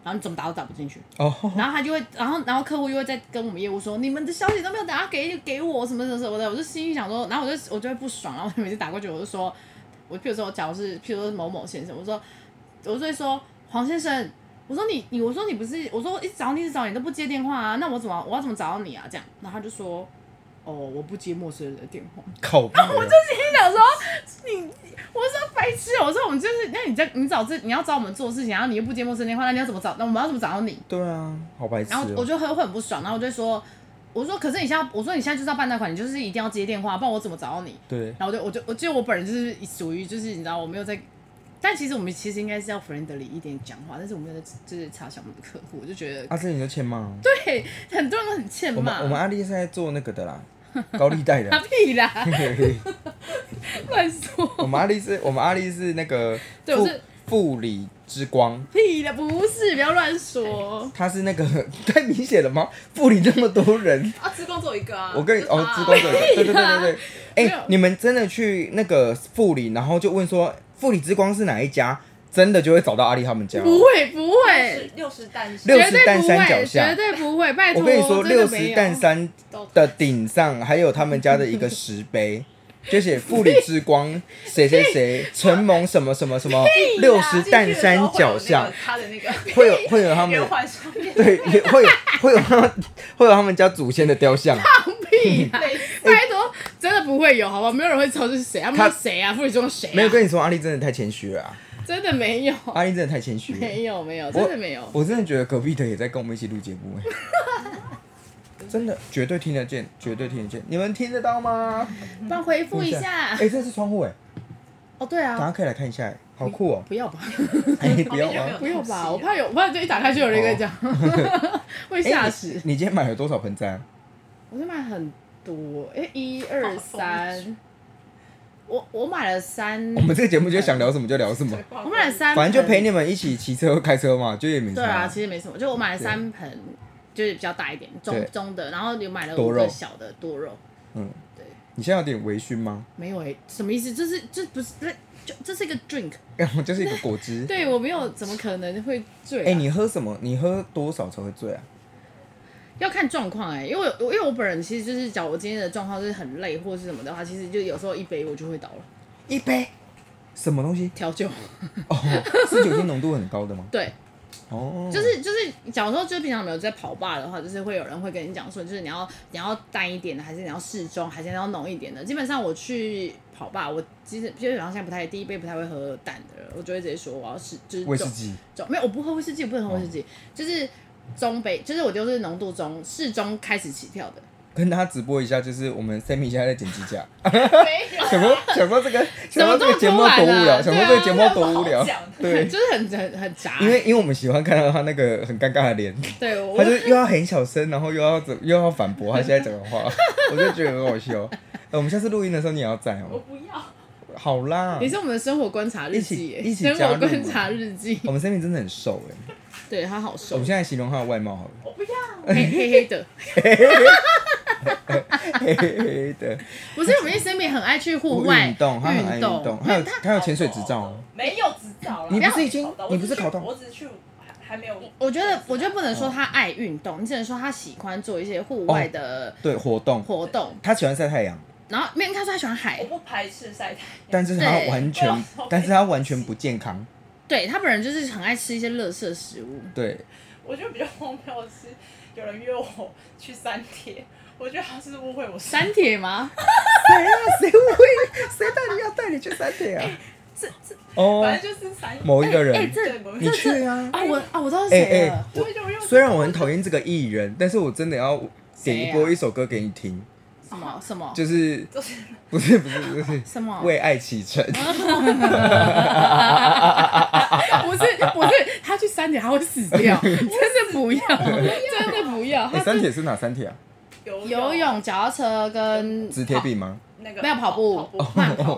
Speaker 2: 然后你怎么打都打不进去。
Speaker 3: 哦，
Speaker 2: 然后他就会，然后客户又会再跟我们业务说，你们的消息都没有打给我什么什么的，我就心里想说，然后我就会不爽，然后我每次打过去我就说，譬如说譬如说某某先生，我就会说黄先生，我说你不是，我说一直找你都不接电话啊，那我要怎么找到你啊？这样，然后他就说，哦，我不接陌生人的电话。
Speaker 3: 靠！
Speaker 2: 我就心里想说，我说白痴，我说我们就是，那你要找我们做事情，然后你又不接陌生电话，那你要怎么找？那我们要怎么找到你？
Speaker 3: 对啊，好白痴、
Speaker 2: 然后我就会很不爽，然后我就说，可是你现在就是要办贷款，你就是一定要接电话，不然我怎么找到你？
Speaker 3: 对。
Speaker 2: 然后我记得我本人就是属于就是你知道我没有在，但其实我们应该是要 friendly 一点讲话，但是我没有在就是插小我们的客户，我就觉得。
Speaker 3: 这你就欠骂。
Speaker 2: 对，很多人都很欠骂。
Speaker 3: 我们阿力是在做那个的啦，高利贷的。
Speaker 2: 屁啦！乱说。
Speaker 3: 我们阿力是那个富里之光。
Speaker 2: 屁的，不是，不要乱说。
Speaker 3: 他是那个太明显了吗？富里那么多人
Speaker 4: 啊，之光只有一个啊。
Speaker 3: 我跟你之光只有一个，对。你们真的去那个富里，然后就问说富里之光是哪一家，真的就会找到阿力他们家。
Speaker 2: 不会
Speaker 4: ，60
Speaker 3: 担山脚下，
Speaker 2: 绝对不会，拜托。
Speaker 3: 我跟你说，60担山的顶上还有他们家的一个石碑。就写富里之光谁谁谁承蒙什么什么什么60担山脚下，
Speaker 4: 他的那个
Speaker 3: 会有他们
Speaker 4: 对，
Speaker 3: 会有他们家祖先的雕像。
Speaker 2: 放屁啦！拜托，真的不会有，好不好？没有人会知道这是谁啊？他是谁啊？富里之光谁啊？
Speaker 3: 没有跟你说，阿力真的太谦虚了啊！
Speaker 2: 真的没有，
Speaker 3: 阿力真的太谦虚了。
Speaker 2: 没有，真的没有。
Speaker 3: 我真的觉得隔壁的也在跟我们一起录节目真的绝对听得见，你们听得到吗？
Speaker 2: 帮回复一下。
Speaker 3: 这是窗户
Speaker 2: 哦，对啊，
Speaker 3: 大家可以来看一下，好酷哦。
Speaker 2: 不要吧？
Speaker 3: 不要吗？
Speaker 2: 不要吧，我怕就一打开就有人跟你讲，会吓死。
Speaker 3: 你今天买了多少盆栽？
Speaker 2: 我是买很多，1、2、3。我买了3。
Speaker 3: 我们这个节目就想聊什么就聊什么。
Speaker 2: 我买了3盆，
Speaker 3: 反正就陪你们一起骑车开车嘛，就也没什么。
Speaker 2: 对啊，其实没什么，就我买了3盆。就是比较大一点，中的，然后有买了5个小的多肉。对。
Speaker 3: 你现在有点微醺吗？
Speaker 2: 没有什么意思？这不是这是一个 drink，
Speaker 3: 就是一个果汁。
Speaker 2: 对，我没有，怎么可能会醉？
Speaker 3: 你喝什么？你喝多少才会醉啊？
Speaker 2: 要看状况因为我本人其实就是，假如我今天的状况是很累或是什么的话，其实就有时候1杯我就会倒了。
Speaker 3: 1杯？什么东西？
Speaker 2: 调酒。
Speaker 3: 是酒精浓度很高的吗？
Speaker 2: 对。就是，假如说就是平常没有在跑吧的话，就是会有人会跟你讲说，就是你要淡一点的，还是你要适中，还是你要浓一点的。基本上我去跑吧，我基本上现在第一杯不太会喝淡的了，我就会直接说我要就是
Speaker 3: 威士忌。
Speaker 2: 没有，我不喝威士忌，我不能喝威士忌，就是中杯，就是我就是浓度中适中开始起跳的。跟
Speaker 3: 大家直播一下，就是我们 Sammy 现在在剪指甲。
Speaker 2: 想
Speaker 3: 说这个节目多无聊，想说这个节目多无聊，对，
Speaker 2: 就是很杂。
Speaker 3: 因为我们喜欢看到他那个很尴尬的脸，
Speaker 2: 对，
Speaker 3: 他就又要很小声，然后又要反驳他现在讲的话，我就觉得很好笑。我们下次录音的时候你也要在哦。
Speaker 4: 我不要。
Speaker 3: 好啦。
Speaker 2: 你是我们的生活观察日记
Speaker 3: 一起生
Speaker 2: 活观察日记。
Speaker 3: 我们 Sammy 真的很瘦
Speaker 2: 对他好瘦。
Speaker 3: 我们现在形容他的外貌好了。
Speaker 4: 我不要。
Speaker 2: 黑黑的。
Speaker 3: 黑黑的。
Speaker 2: 不是，我们Sammy很爱去户外
Speaker 3: 运动，他很爱运动，他有潜水执照。
Speaker 4: 没有执照了。
Speaker 3: 你不是考到？
Speaker 4: 我只是去，还没有。
Speaker 2: 我觉得不能说他爱运动，你只能说他喜欢做一些户外的
Speaker 3: 活动。他喜欢晒太阳。
Speaker 2: 然后没人看出他喜欢海。
Speaker 4: 我不排斥晒太阳，
Speaker 3: 但是他完全不健康。
Speaker 2: 对，他本人就是很爱吃一些垃圾食物。
Speaker 3: 对。
Speaker 4: 我觉得比较荒谬的是，有人约我去三铁，我觉得他是误会我。
Speaker 2: 三铁吗？
Speaker 3: 谁误会？谁带你去三铁啊？
Speaker 4: 反正就是
Speaker 3: 某一个人。
Speaker 2: 你
Speaker 3: 去啊！
Speaker 2: 我知道是谁了。
Speaker 3: 虽然我很讨厌这个艺人，但是我真的要播一首歌给你听。
Speaker 2: 什么？
Speaker 3: 就是不是
Speaker 2: 什么？
Speaker 3: 为爱启程。不
Speaker 2: 是，他去三铁他会死掉，真的不要，真的不要。
Speaker 3: 三铁是哪三铁啊？
Speaker 2: 游泳、脚踏车跟
Speaker 3: 直铁饼吗？
Speaker 2: 没有跑步，慢跑。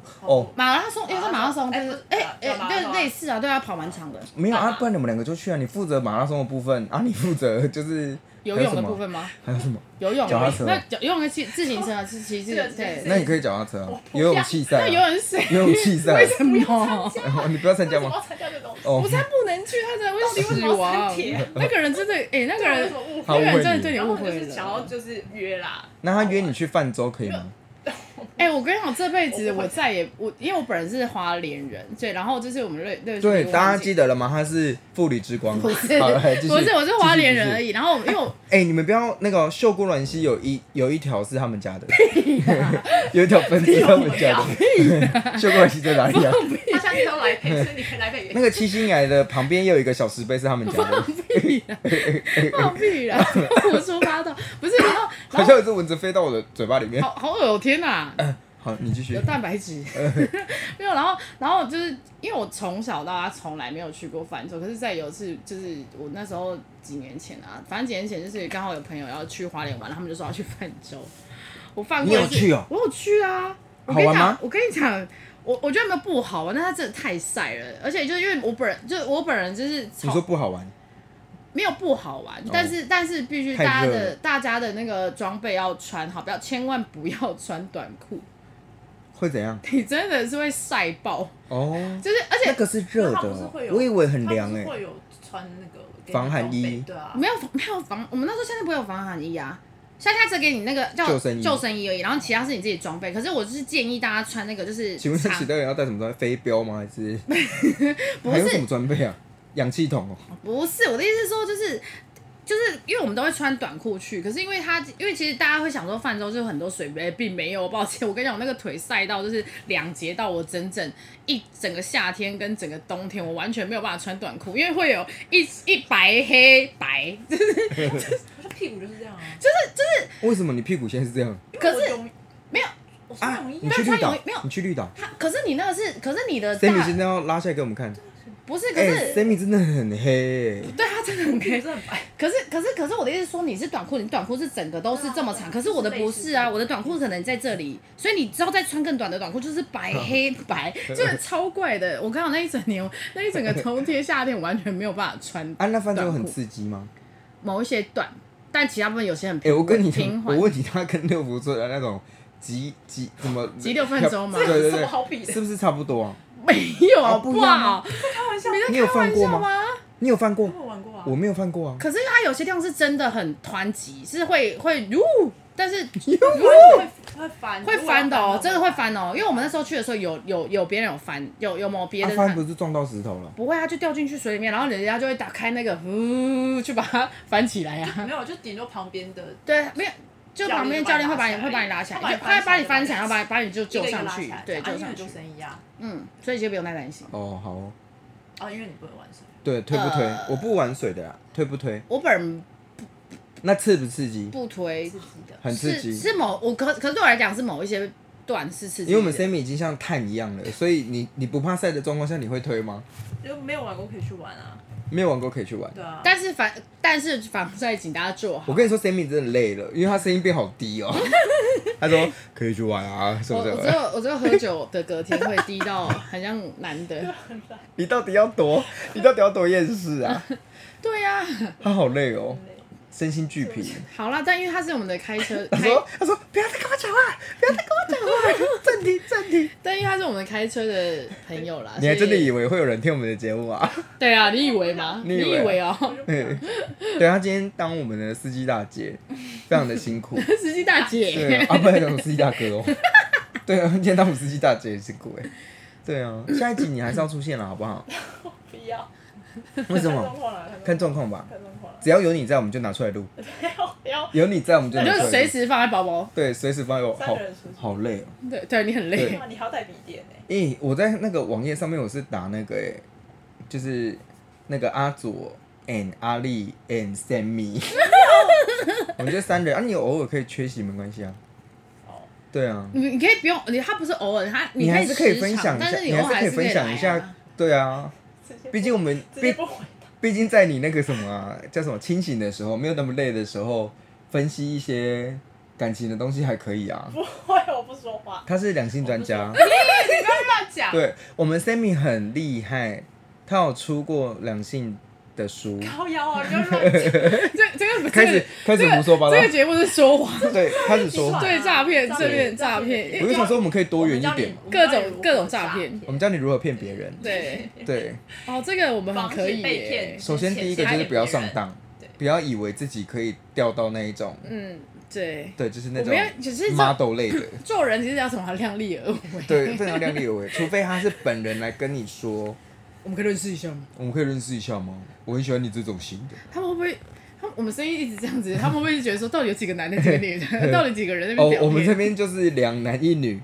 Speaker 2: 马拉松，因为是马拉松，就是
Speaker 4: 就是
Speaker 2: 类似啊，对啊，跑蛮长的。
Speaker 3: 没有啊，不然你们2个就去啊，你负责马拉松的部分啊，你负责就是
Speaker 2: 游泳的部分吗？
Speaker 3: 还有什么？
Speaker 2: 游泳，
Speaker 3: 脚踏车。
Speaker 2: 那游泳跟自行车骑自对。
Speaker 3: 那你可以脚踏车啊，游泳器赛。
Speaker 2: 那游泳谁？
Speaker 3: 游泳器赛。
Speaker 2: 为什么？
Speaker 3: 你不要参加吗？
Speaker 4: 我要参加这东西。
Speaker 2: 我才不能去，他真的会死亡。那个人真的，那个人真的对你误会了。
Speaker 4: 想要就是约啦。
Speaker 3: 那他约你去泛舟可以吗？
Speaker 2: 我跟你讲，这辈子因为我本人是花莲人，对，然后就是我们
Speaker 3: 对，大家记得了吗？他是妇女之光，
Speaker 2: 不是，我是花莲人而已。然后因为
Speaker 3: 你们不要那个秀姑峦溪有一条是他们家的，有一条分支他们家的。秀姑峦溪在哪里啊？
Speaker 4: 他下次都来陪，所以你可以来陪。
Speaker 3: 那个七星崖的旁边也有一个小石碑是他们家的。
Speaker 2: 放屁啦！我说八道，不是，然后
Speaker 3: 好像有只蚊子飞到我的嘴巴里面，
Speaker 2: 好恶天哪！
Speaker 3: 好，你继续。
Speaker 2: 有蛋白质，没有，然后就是因为我从小到大从来没有去过泛舟，可是在有一次就是我那时候几年前啊，反正几年前就是刚好有朋友要去花莲玩，他们就说要去泛舟，我泛过一次。
Speaker 3: 你有去哦？
Speaker 2: 我有去啊。
Speaker 3: 好玩吗？
Speaker 2: 我跟你讲，我觉得没有不好玩，但它真的太晒了，而且就是因为我本人就是
Speaker 3: 你说不好玩。
Speaker 2: 没有不好玩，但是必须大家的那个装备要穿好，千万不要穿短裤。
Speaker 3: 会怎样？
Speaker 2: 你真的是会晒爆
Speaker 3: 哦！
Speaker 2: 就是而且
Speaker 3: 那个是热的，我以为很凉
Speaker 4: 会有穿那个
Speaker 3: 防寒衣，
Speaker 4: 对啊，
Speaker 2: 没有防，我们那时候夏天不会有防寒衣啊，夏天只给你那个叫救生衣而已，然后其他是你自己装备。可是我就是建议大家穿那个，就是
Speaker 3: 请问骑的人要带什么装备？飞镖吗？还是
Speaker 2: 不是
Speaker 3: 还有什么装备啊？氧气筒哦？
Speaker 2: 不是，我的意思是说就是因为我们都会穿短裤去，可是因为其实大家会想说泛舟就很多水，并没有，抱歉，我跟你讲，我那个腿晒到就是2节到我整个夏天跟整个冬天，我完全没有办法穿短裤，因为会有一白黑白，就是
Speaker 4: 屁股就是这样啊，
Speaker 2: 就是
Speaker 3: 为什么你屁股现在是这样？
Speaker 2: 可是没有。
Speaker 3: 啊！你去绿岛，你去绿岛。
Speaker 2: 可是你那个是，可是你的。
Speaker 3: Sammy 现在要拉下来给我们看。
Speaker 2: 不是，可是
Speaker 3: Sammy 真的很黑。
Speaker 2: 对，他真的很黑，真的很白。可是我的意思是说，你是短裤，你短裤是整个都是这么长，可是我的不是啊，我的短裤可能在这里，所以你知道再穿更短的短裤就是白黑白，就是超怪的。我刚好那一整年，那一整个冬天夏天，我完全没有办法穿。
Speaker 3: 那泛舟很刺激吗？
Speaker 2: 某一些短，但其他部分有些很
Speaker 3: 我跟你
Speaker 2: 平
Speaker 3: 我问题，他跟六福村的那种急怎么
Speaker 2: 急流泛舟吗？
Speaker 3: 对，
Speaker 4: 什么好比的？
Speaker 3: 是不是差不多啊？
Speaker 2: 没有啊，不好，
Speaker 4: 开玩笑，
Speaker 3: 你有泛过吗？你有泛过？
Speaker 4: 我玩过啊，
Speaker 3: 我没有泛过啊。
Speaker 2: 可是它有些地方是真的很湍急，是会但是会翻的哦，真的会翻哦。因为我们那时候去的时候有别人有翻，有某别的
Speaker 3: 翻不是撞到石头了？
Speaker 2: 不会，他就掉进去水里面，然后人家就会打开那个去把它翻起来啊。
Speaker 4: 没有，就顶多旁边的。
Speaker 2: 对，没有。就旁边教练会把你拉起来，他会把你翻起来，然后把你就救上去，对，救上去。
Speaker 4: 救生衣啊。
Speaker 2: 所以就不用太担心。
Speaker 3: 哦，好哦。
Speaker 4: 因为你不会玩水。
Speaker 3: 对，推不推？我不玩水的啦，推不推？
Speaker 2: 我本人
Speaker 3: 那刺不刺激？
Speaker 2: 不推，
Speaker 4: 刺激的，
Speaker 3: 很刺激。
Speaker 2: 是可是对我来讲是某一些段是刺激的。
Speaker 3: 因为我们 Sammy 已经像碳一样了，所以你不怕晒的状况下，你会推吗？
Speaker 4: 就没有玩过可以去玩啊。
Speaker 3: 没有玩过可以去玩。
Speaker 4: 对啊。
Speaker 2: 但是防晒请大家做好。
Speaker 3: 我跟你说 ，Sammy 真的累了，因为他声音变好低哦。他说可以去玩啊，是不是？
Speaker 2: 我只有喝酒的隔天会低到很像男的。
Speaker 3: 你到底要多厌世啊？
Speaker 2: 对呀。
Speaker 3: 他好累哦。身心俱疲。
Speaker 2: 好啦，但因为他是我们的开车，
Speaker 3: 他说不要再跟我讲话，不要再跟我讲话，暂停。
Speaker 2: 但因为他是我们开车的朋友啦，
Speaker 3: 你还真的以为会有人听我们的节目啊？
Speaker 2: 对啊，你以为吗？你以为哦？
Speaker 3: 对，他今天当我们的司机大姐，非常的辛苦。
Speaker 2: 司机大姐。
Speaker 3: 对啊，不然讲司机大哥哦。对啊，今天当我们司机大姐也辛苦哎。对啊，下一集你还是要出现了，好不好？
Speaker 4: 不要。
Speaker 3: 为什么？看状况吧。只要有你在，我们就拿出来录。有你在，我们就拿出来录。
Speaker 2: 就随时放在包包。
Speaker 3: 对，随时放在包。好累
Speaker 2: 哦。对，你很累。
Speaker 4: 你还要带笔电呢。
Speaker 3: 我在那个网页上面我是打那个就是那个阿左 and 阿丽 and Sammy。我们就3人啊，你偶尔可以缺席没关系啊。对啊。你
Speaker 2: 可以不用，他不是偶尔，
Speaker 3: 你还是可以分享一下，你还是可以分享一下。对啊。毕竟我们毕竟在你那个什么啊，叫什么清醒的时候，没有那么累的时候，分析一些感情的东西还可以啊。
Speaker 4: 不会，我不说话。
Speaker 3: 他是两性专家。
Speaker 2: 你不
Speaker 4: 乱讲。
Speaker 3: 对，我们 Sammy 很厉害，他有出过两性的书。
Speaker 4: 靠腰啊！你不要乱讲。
Speaker 2: 这个
Speaker 3: 开始胡说八道。
Speaker 2: 这个节目是说谎，
Speaker 3: 对，开始说谎。
Speaker 2: 对诈骗，这边诈骗。
Speaker 3: 我就想说，我们可以多元一点，
Speaker 2: 各种诈骗。
Speaker 3: 我们教你如何骗别人。对。
Speaker 2: 哦，这个我们很可以耶。
Speaker 3: 首先第一个就是不要上当，不要以为自己可以钓到那一种。
Speaker 2: 对，
Speaker 3: 就是那种
Speaker 2: model
Speaker 3: 类的。
Speaker 2: 做人其实要什么量力而为。
Speaker 3: 对，非常量力而为，除非他是本人来跟你说。
Speaker 2: 我们可以认识一下吗？
Speaker 3: 我很喜欢你这种型的。
Speaker 2: 他们会不会？我们声音一直这样子，他们会不会觉得说，到底有几个男的，几个女的？到底几个人在那边聊天？
Speaker 3: 我们这边就是2男1女。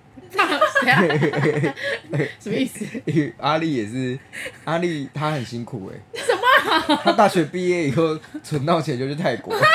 Speaker 2: 什么意思？
Speaker 3: 阿丽也是，阿丽她很辛苦什么？她大学毕业以后存到钱就去泰国。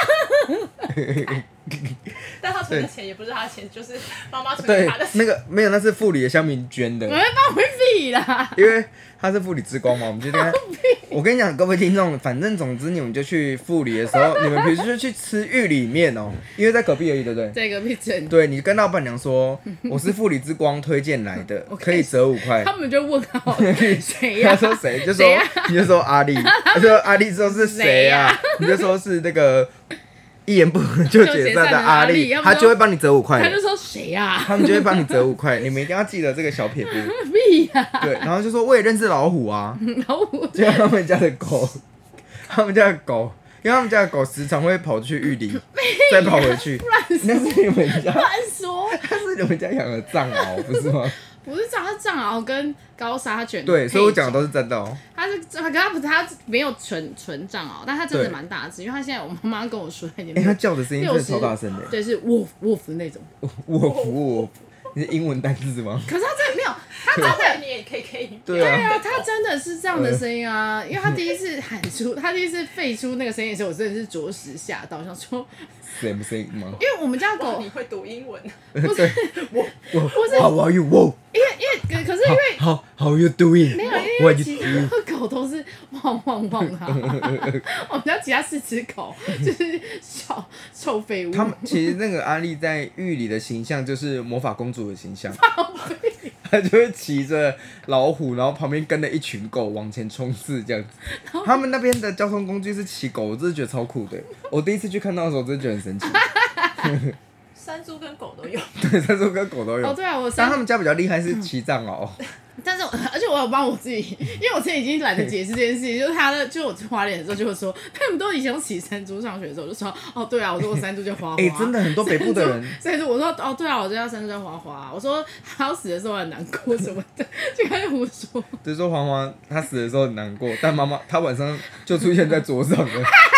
Speaker 4: 但他存的钱也不是他的钱，就是妈妈存给他的钱。
Speaker 3: 那个没有，那是富里的乡民捐的。
Speaker 2: 我们放屁啦！
Speaker 3: 因为他是富里之光嘛，我们就天。我跟你讲，各位听众，反正总之你们就去富里的时候，你们比如说去吃玉里面哦，因为在隔壁而已，对不对？
Speaker 2: 在隔壁镇。
Speaker 3: 对，你跟老板娘说，我是富里之光推荐来的，可以折5块。
Speaker 2: 他们就问号，谁呀？
Speaker 3: 他说谁？就说你就说阿丽，他说阿丽说是谁呀？你就说是那个。一言不合就解散的阿丽，他就会帮你折5块。
Speaker 2: 他就说谁啊？
Speaker 3: 他们就会帮你折5块，你们一定要记得这个小撇步。
Speaker 2: 屁呀！
Speaker 3: 对，然后就说我也认识老虎啊，
Speaker 2: 老虎
Speaker 3: 就他们家的狗，因为他们家的狗时常会跑去玉林，再跑回去。那是你们家
Speaker 2: 乱说，
Speaker 3: 那是你们家养的藏獒，不是吗？
Speaker 2: 不是藏，它藏獒跟高沙犬。
Speaker 3: 对，所以我讲的都是真的哦。
Speaker 2: 它没有纯藏獒，但它真的蛮大只，因为它现在我妈妈跟我说，
Speaker 3: 它叫的声音真的超大声的。
Speaker 2: 对，是 wolf 的那种。
Speaker 3: wolf，你是英文单字吗？
Speaker 2: 可是它真的没有，它真的
Speaker 4: 你也可以。
Speaker 3: 对啊，
Speaker 2: 它真的是这样的声音啊！因为它第一次喊出，它第一次吠出那个声音的时候，我真的是着实吓到，想说。
Speaker 3: 什么声音吗？
Speaker 2: 因为我们家狗，
Speaker 4: 你会读英文？
Speaker 2: 不是
Speaker 3: 我，How are you？
Speaker 2: 因为可是因为
Speaker 3: How you doing？
Speaker 2: 没有，因为其他狗都是汪汪汪啊。我们家其他4只狗就是小臭废物。
Speaker 3: 他们其实那个阿丽在狱里的形象就是魔法公主的形象，她就会骑着老虎，然后旁边跟着一群狗往前冲刺这样子。他们那边的交通工具是骑狗，我真的觉得超酷的。我第一次去看到的时候，真的觉得很神奇。
Speaker 4: 山猪跟狗都有。
Speaker 3: 对，山猪跟狗都有。
Speaker 2: 哦，对啊，
Speaker 3: 但他们家比较厉害是骑藏獒。
Speaker 2: 但是，而且我有帮我自己，因为我之前已经懒得解释这件事情，就是我去花莲的时候就会说，他们都以前都骑山猪上学的时候，我就说，哦，对啊，我说我山猪叫花花。
Speaker 3: 真的很多北部的人。
Speaker 2: 所以说我说，哦，对啊，我叫山猪叫花花。我说他要死的时候很难过什么的，就开始胡说。
Speaker 3: 就说花花他死的时候很难过，但妈妈他晚上就出现在桌上了。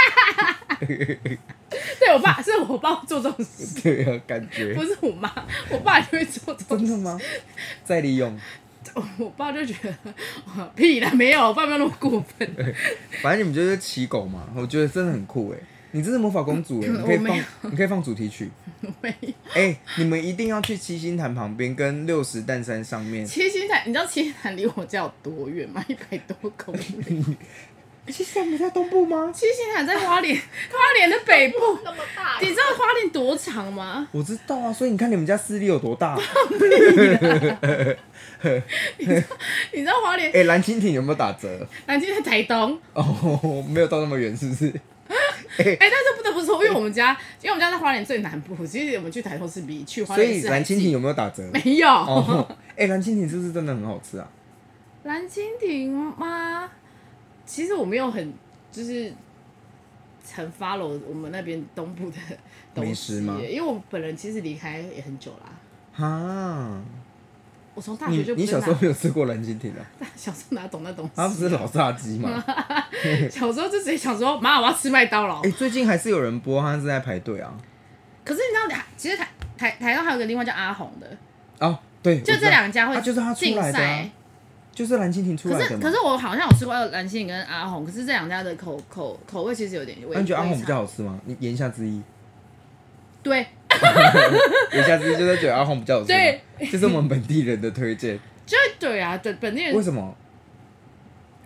Speaker 2: 对，是我爸做这种事。
Speaker 3: 对啊，感觉
Speaker 2: 不是我妈，我爸也会做这种事。
Speaker 3: 真的吗？再利用。
Speaker 2: 我爸就觉得屁啦，没有，我爸没有那么过分。
Speaker 3: 反正你们就是骑狗嘛，我觉得真的很酷哎。你这是魔法公主哎，你可以放主题曲。
Speaker 2: 没有。
Speaker 3: 你们一定要去七星潭旁边跟60担山上面。
Speaker 2: 七星潭，你知道七星潭离我家有多远吗？100多公里。
Speaker 3: 七星潭不在东部吗？
Speaker 2: 七星潭在花莲的北部。
Speaker 4: 那么大。
Speaker 2: 你知道花莲多长吗？
Speaker 3: 我知道啊，所以你看你们家势力有多大。
Speaker 2: 你知道花莲？
Speaker 3: 蓝蜻蜓有没有打折？
Speaker 2: 蓝蜻蜓在台东。
Speaker 3: 哦，没有到那么远，是不是？
Speaker 2: 但是不得不说，因为我们家在花莲最南部，其实我们去台东是比去花莲市还近。
Speaker 3: 所以蓝蜻蜓有没有打折？
Speaker 2: 没有。
Speaker 3: 蓝蜻蜓是不是真的很好吃啊？
Speaker 2: 蓝蜻蜓吗？其实我没有很follow 我们那边东部的东西吗？因为我本人其实离开也很久啦。我从大学就
Speaker 3: 你小时候没有吃过蓝蜻蜓啊？
Speaker 2: 小时候哪懂那东西？
Speaker 3: 它不是老炸鸡吗？
Speaker 2: 小时候就直接想说，妈，我要吃麦当劳。
Speaker 3: 最近还是有人播，他是在排队啊。
Speaker 2: 可是你知道，其实台东还有个地方叫阿红的。
Speaker 3: 哦，对，
Speaker 2: 就这2家会
Speaker 3: 就是他出来的。就是蓝蜻蜓出来的。
Speaker 2: 可是我好像有吃过蓝蜻蜓跟阿红，可是这2家的口味其实有点微差。
Speaker 3: 你觉得阿红比较好吃吗？你言下之意。
Speaker 2: 对。
Speaker 3: 言下之意就是觉得阿红比较好吃。
Speaker 2: 对。
Speaker 3: 这是我们本地人的推荐。
Speaker 2: 对啊，对本地人。
Speaker 3: 为什么？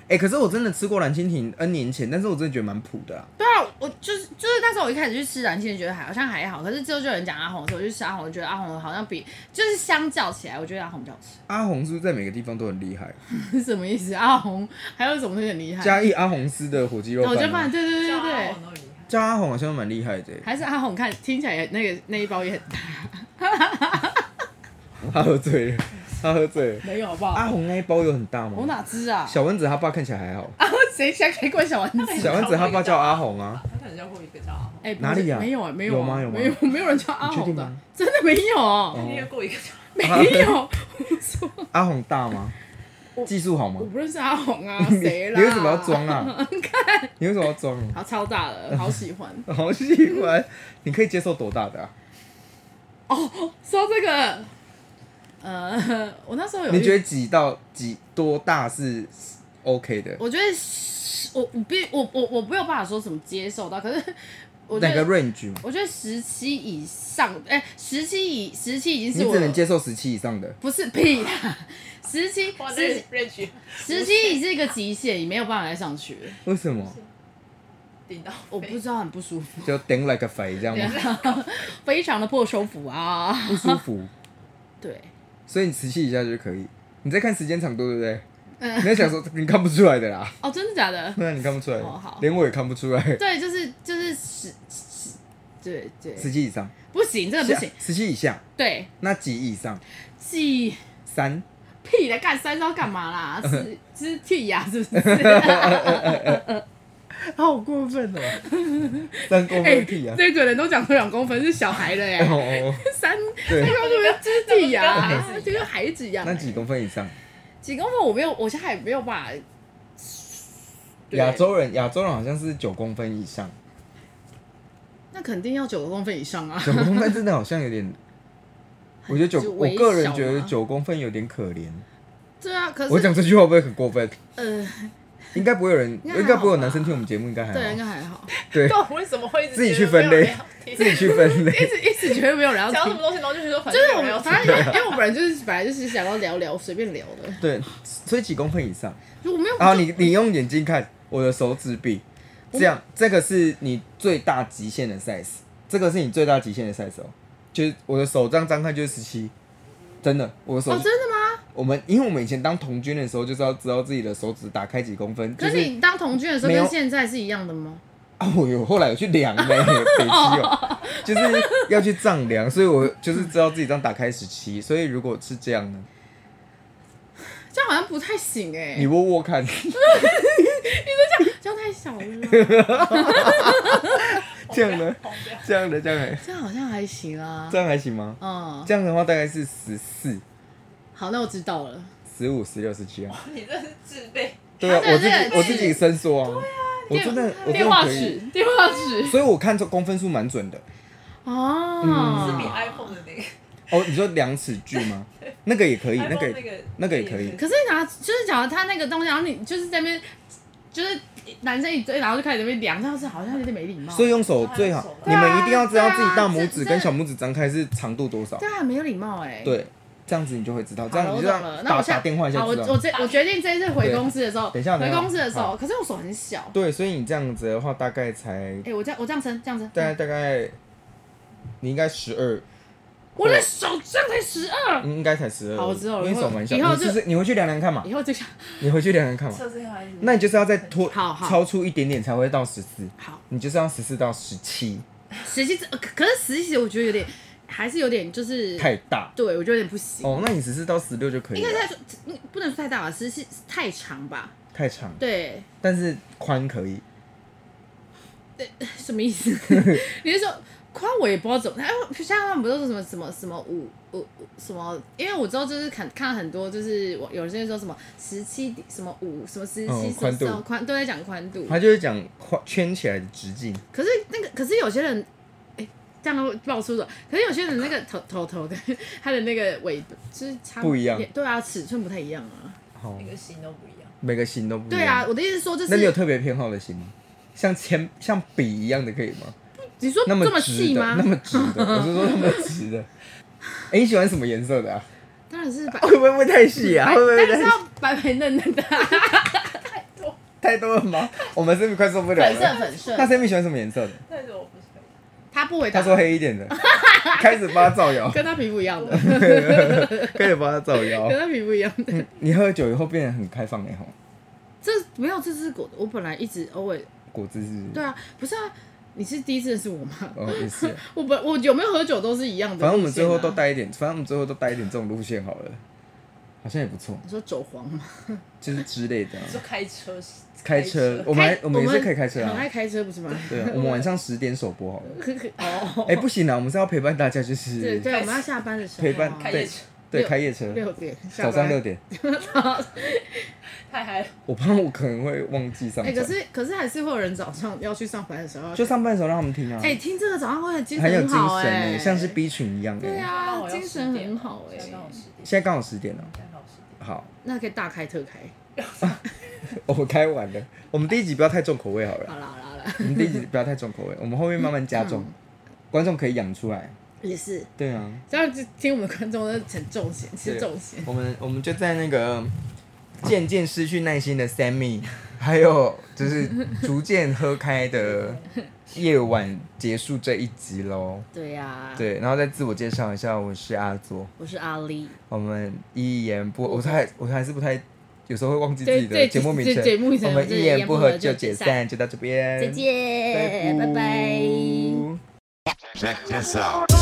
Speaker 3: 可是我真的吃过蓝蜻蜓 N 年前，但是我真的觉得蛮普的啊。
Speaker 2: 对啊，我就是那时候我一开始去吃蓝蜻蜓，觉得好像还好，可是之后就有人讲阿红的时候，我去吃阿红，我觉得阿红好像比就是相较起来，我觉得阿红比较好吃。
Speaker 3: 阿红是不是在每个地方都很厉害？
Speaker 2: 是什么意思？阿红还有什么很厉害？
Speaker 3: 嘉义阿红丝的火鸡肉饭，
Speaker 2: 我就饭，对对对对对，
Speaker 3: 叫阿红好像蛮厉害的。
Speaker 2: 还是阿红看听起来那一包也很大。
Speaker 3: 他喝醉了，他喝醉了。
Speaker 2: 没有好不好？
Speaker 3: 阿红那一包有很大吗？
Speaker 2: 我哪知啊？
Speaker 3: 小丸子他爸看起来还好。
Speaker 2: 啊，谁管小丸子？
Speaker 3: 小丸子他爸叫阿红啊。
Speaker 4: 他可能叫过一个叫阿红。
Speaker 2: 哎，
Speaker 3: 哪里啊？
Speaker 2: 没有啊，没有
Speaker 3: 吗？有吗？
Speaker 2: 没有人叫阿红的，
Speaker 3: 确定吗？
Speaker 2: 真的没有。
Speaker 4: 你也过一个叫
Speaker 2: 没有。
Speaker 3: 阿红大吗？技术好吗？
Speaker 2: 我不认识阿红啊，谁啦？
Speaker 3: 你为什么要装啊？
Speaker 2: 看，
Speaker 3: 你为什么要装？
Speaker 2: 好，超大了，好喜欢。
Speaker 3: 好喜欢。你可以接受多大的啊？
Speaker 2: 哦，说这个。我那时候有。
Speaker 3: 你觉得多大是 OK 的？
Speaker 2: 我觉得我没有办法说什么接受到，可是我觉得
Speaker 3: 哪个 range 嘛？
Speaker 2: 我觉得17以上，17已经是
Speaker 3: 你只能接受17以上的。
Speaker 2: 不是屁啦，17已是一个极限，你没有办法再上去了。
Speaker 3: 为什么？
Speaker 4: 顶到
Speaker 2: 我不知道，很不舒服。
Speaker 3: 就顶 like a 肥这样吗？
Speaker 2: 非常的不舒服啊。
Speaker 3: 不舒服。
Speaker 2: 对。
Speaker 3: 所以你17以下就可以。你在看时间长度对不对？你在想说你看不出来的啦。
Speaker 2: 哦，真的假的？
Speaker 3: 对啊，你看不出来。
Speaker 2: 哦，好。
Speaker 3: 连我也看不出来。
Speaker 2: 对，就是对。
Speaker 3: 17以上。
Speaker 2: 不行，真的不行。
Speaker 3: 17以下。对。那几以上？
Speaker 2: 几
Speaker 3: 3。
Speaker 2: 屁的，干3是要干嘛啦？是屁呀，是不是？
Speaker 3: 好过分哦！3公分屁啊！
Speaker 2: 这个人都讲说2公分是小孩了耶，3公分就是屁呀，就跟孩子一样。
Speaker 3: 那几公分以上？
Speaker 2: 几公分我现在也没有办法。
Speaker 3: 亚洲人好像是9公分以上。
Speaker 2: 那肯定要9公分以上啊
Speaker 3: ！9公分真的好像有点，我觉得我个人觉得9公分有点可怜。
Speaker 2: 对啊，可是
Speaker 3: 我讲这句话会不会很过分？应该不会有人，应该不会有男生听我们节目，应该还好。
Speaker 2: 对，应该还好。
Speaker 3: 对，
Speaker 4: 为什么会
Speaker 3: 自己去分类？自己去分类。
Speaker 2: 一直觉得没有人要
Speaker 4: 讲什么东西，然后就觉得
Speaker 2: 就是我反正因为我本来就是想要聊随便聊的。
Speaker 3: 对，所以几公分以上？
Speaker 2: 我没有。
Speaker 3: 然后你用眼睛看我的手指比，这个是你最大极限的 size， 这个是你最大极限的 size 哦，就是我的手这样张开就是17，真的，我的手。哦，
Speaker 2: 真的吗？
Speaker 3: 因为我们以前当童军的时候，就是要知道自己的手指打开几公分。
Speaker 2: 可是你当童军的时候跟现在是一样的吗？
Speaker 3: 我后来有去量北七哦，就是要去丈量，所以我就是知道自己这样打开17，所以如果是这样呢，
Speaker 2: 这样好像不太行哎。
Speaker 3: 你握握看。你
Speaker 2: 说这样太小了。
Speaker 3: 这样呢？这样
Speaker 2: 好像还行啊。
Speaker 3: 这样还行吗？这样的话大概是14。
Speaker 2: 好，那我知道了。
Speaker 3: 15、16、17啊！
Speaker 4: 你这是自备。
Speaker 3: 对啊，我自己伸缩啊。我真的
Speaker 2: 电话尺。
Speaker 3: 所以我看这公分数蛮准的。
Speaker 2: 哦。
Speaker 4: 是比 iPhone 的那个。
Speaker 3: 哦，你说量尺距吗？那个也可以，那个也可以。
Speaker 2: 可是就是假如他那个东西，然后你就是在那边，就是男生一追，然后就开始在那边量，这样是好像有点没礼貌。
Speaker 3: 所以用手最好，你们一定要知道自己大拇指跟小拇指张开是长度多少。
Speaker 2: 对啊，没有礼貌哎。
Speaker 3: 对。这样子你就会知道，这样你就打电话一下知道。
Speaker 2: 我决定这一次回公司的时候，
Speaker 3: 等一下
Speaker 2: 回公司的时候，可是我手很小。
Speaker 3: 对，所以你这样子的话，大概才……
Speaker 2: 我这样撑，
Speaker 3: 大概你应该12。
Speaker 2: 我的手这样才12。
Speaker 3: 应该才12。
Speaker 2: 好，我知道了。
Speaker 3: 因为手蛮小。
Speaker 2: 以后
Speaker 3: 你回去量量看嘛。
Speaker 2: 以后就想。
Speaker 3: 你回去量量看嘛。那你就是要再超出一点点才会到14。
Speaker 2: 好。
Speaker 3: 你就是要14到17。
Speaker 2: 17，可是17我觉得有点。还是有点就是
Speaker 3: 太大，
Speaker 2: 对我觉得有点不行。
Speaker 3: 哦，那你14到16就可以了。
Speaker 2: 应该不能说太大吧，17太长吧。
Speaker 3: 太长。
Speaker 2: 对。但
Speaker 3: 是宽可以。
Speaker 2: 什么意思？你是说宽我也不知道怎么？像他们不都说什么5什么？因为我知道就是看很多就是有些人说什么17什么5什么17
Speaker 3: 宽度
Speaker 2: 都在讲宽度。
Speaker 3: 他就是讲圈起来的直径。
Speaker 2: 可是有些人。这样会爆出的，可是有些人那个头跟他的那个尾就是差
Speaker 3: 不一样，
Speaker 2: 对啊，尺寸不太一样啊，
Speaker 4: 每个型都不一样，
Speaker 3: 每个型都不一样。
Speaker 2: 对啊，我的意思说就是，
Speaker 3: 那你有特别偏好的型吗？像笔一样的可以吗？
Speaker 2: 你说这么细吗？
Speaker 3: 那么直的，我是说那么直的。你喜欢什么颜色的啊？
Speaker 2: 当然是白，
Speaker 3: 会不会太细啊？会不会
Speaker 2: 但是要白嫩嫩的。
Speaker 3: 太多了吗？我们 Sammy 快受不了
Speaker 2: 粉
Speaker 3: 了。
Speaker 2: 色粉色。
Speaker 3: 那 Sammy 喜欢什么颜色的？
Speaker 4: 但是我不喜欢。
Speaker 2: 他不回答。
Speaker 3: 他说黑一点的，开始帮他造谣，
Speaker 2: 跟他皮肤一样的，
Speaker 3: 开始帮他造谣。
Speaker 2: 跟他皮肤一样的。
Speaker 3: 你喝酒以后变得很开放吼。
Speaker 2: 这没有，这是我本来一直偶尔。
Speaker 3: 果汁是。
Speaker 2: 对啊，不是啊，你是第一次认识我吗？
Speaker 3: 哦，也是。
Speaker 2: 我有没有喝酒都是一样的、
Speaker 3: 反正我们最后都带一点，这种路线好了，好像也不错。
Speaker 2: 你说走黄吗？
Speaker 3: 就是之类的、啊。
Speaker 4: 说开车。
Speaker 3: 开车，我们也是可以开车啊。
Speaker 2: 很爱开车不是吗？
Speaker 3: 对啊，我们晚上10点首播好了。
Speaker 2: 哦。
Speaker 3: 不行啊，我们是要陪伴大家，就是
Speaker 2: 对，我们要下班的时候
Speaker 3: 陪伴
Speaker 4: 开夜车。
Speaker 3: 对，开夜车。
Speaker 2: 6点。
Speaker 3: 早上6点。
Speaker 4: 太嗨了。
Speaker 3: 我怕我可能会忘记上班。
Speaker 2: 可是还是会有人早上要去上班的时候，
Speaker 3: 就上班的时候让他们听啊。
Speaker 2: 听这个早上会很精
Speaker 3: 神，很有
Speaker 2: 精
Speaker 3: 神像是 B 群一样
Speaker 2: 对啊，精神很好
Speaker 3: 现在刚好10点了。好，
Speaker 2: 那可以大开特开。
Speaker 3: 我们开完了，我们第1集不要太重口味好了。
Speaker 2: 好了。
Speaker 3: 我们第1集不要太重口味，我们后面慢慢加重，观众可以养出来。
Speaker 2: 也是。
Speaker 3: 对啊。
Speaker 2: 这样听我们的观众都很重咸，是重咸。
Speaker 3: 我们就在那个渐渐失去耐心的 Sammy， 还有就是逐渐喝开的夜晚结束这一集咯。
Speaker 2: 对呀。
Speaker 3: 对，然后再自我介绍一下，我是阿佐，
Speaker 2: 我是阿丽。
Speaker 3: 我们一言不，我还是不太。有时候会忘记自己的节目名称，我们一言不合就解散，就到这边，
Speaker 2: 再见，拜拜。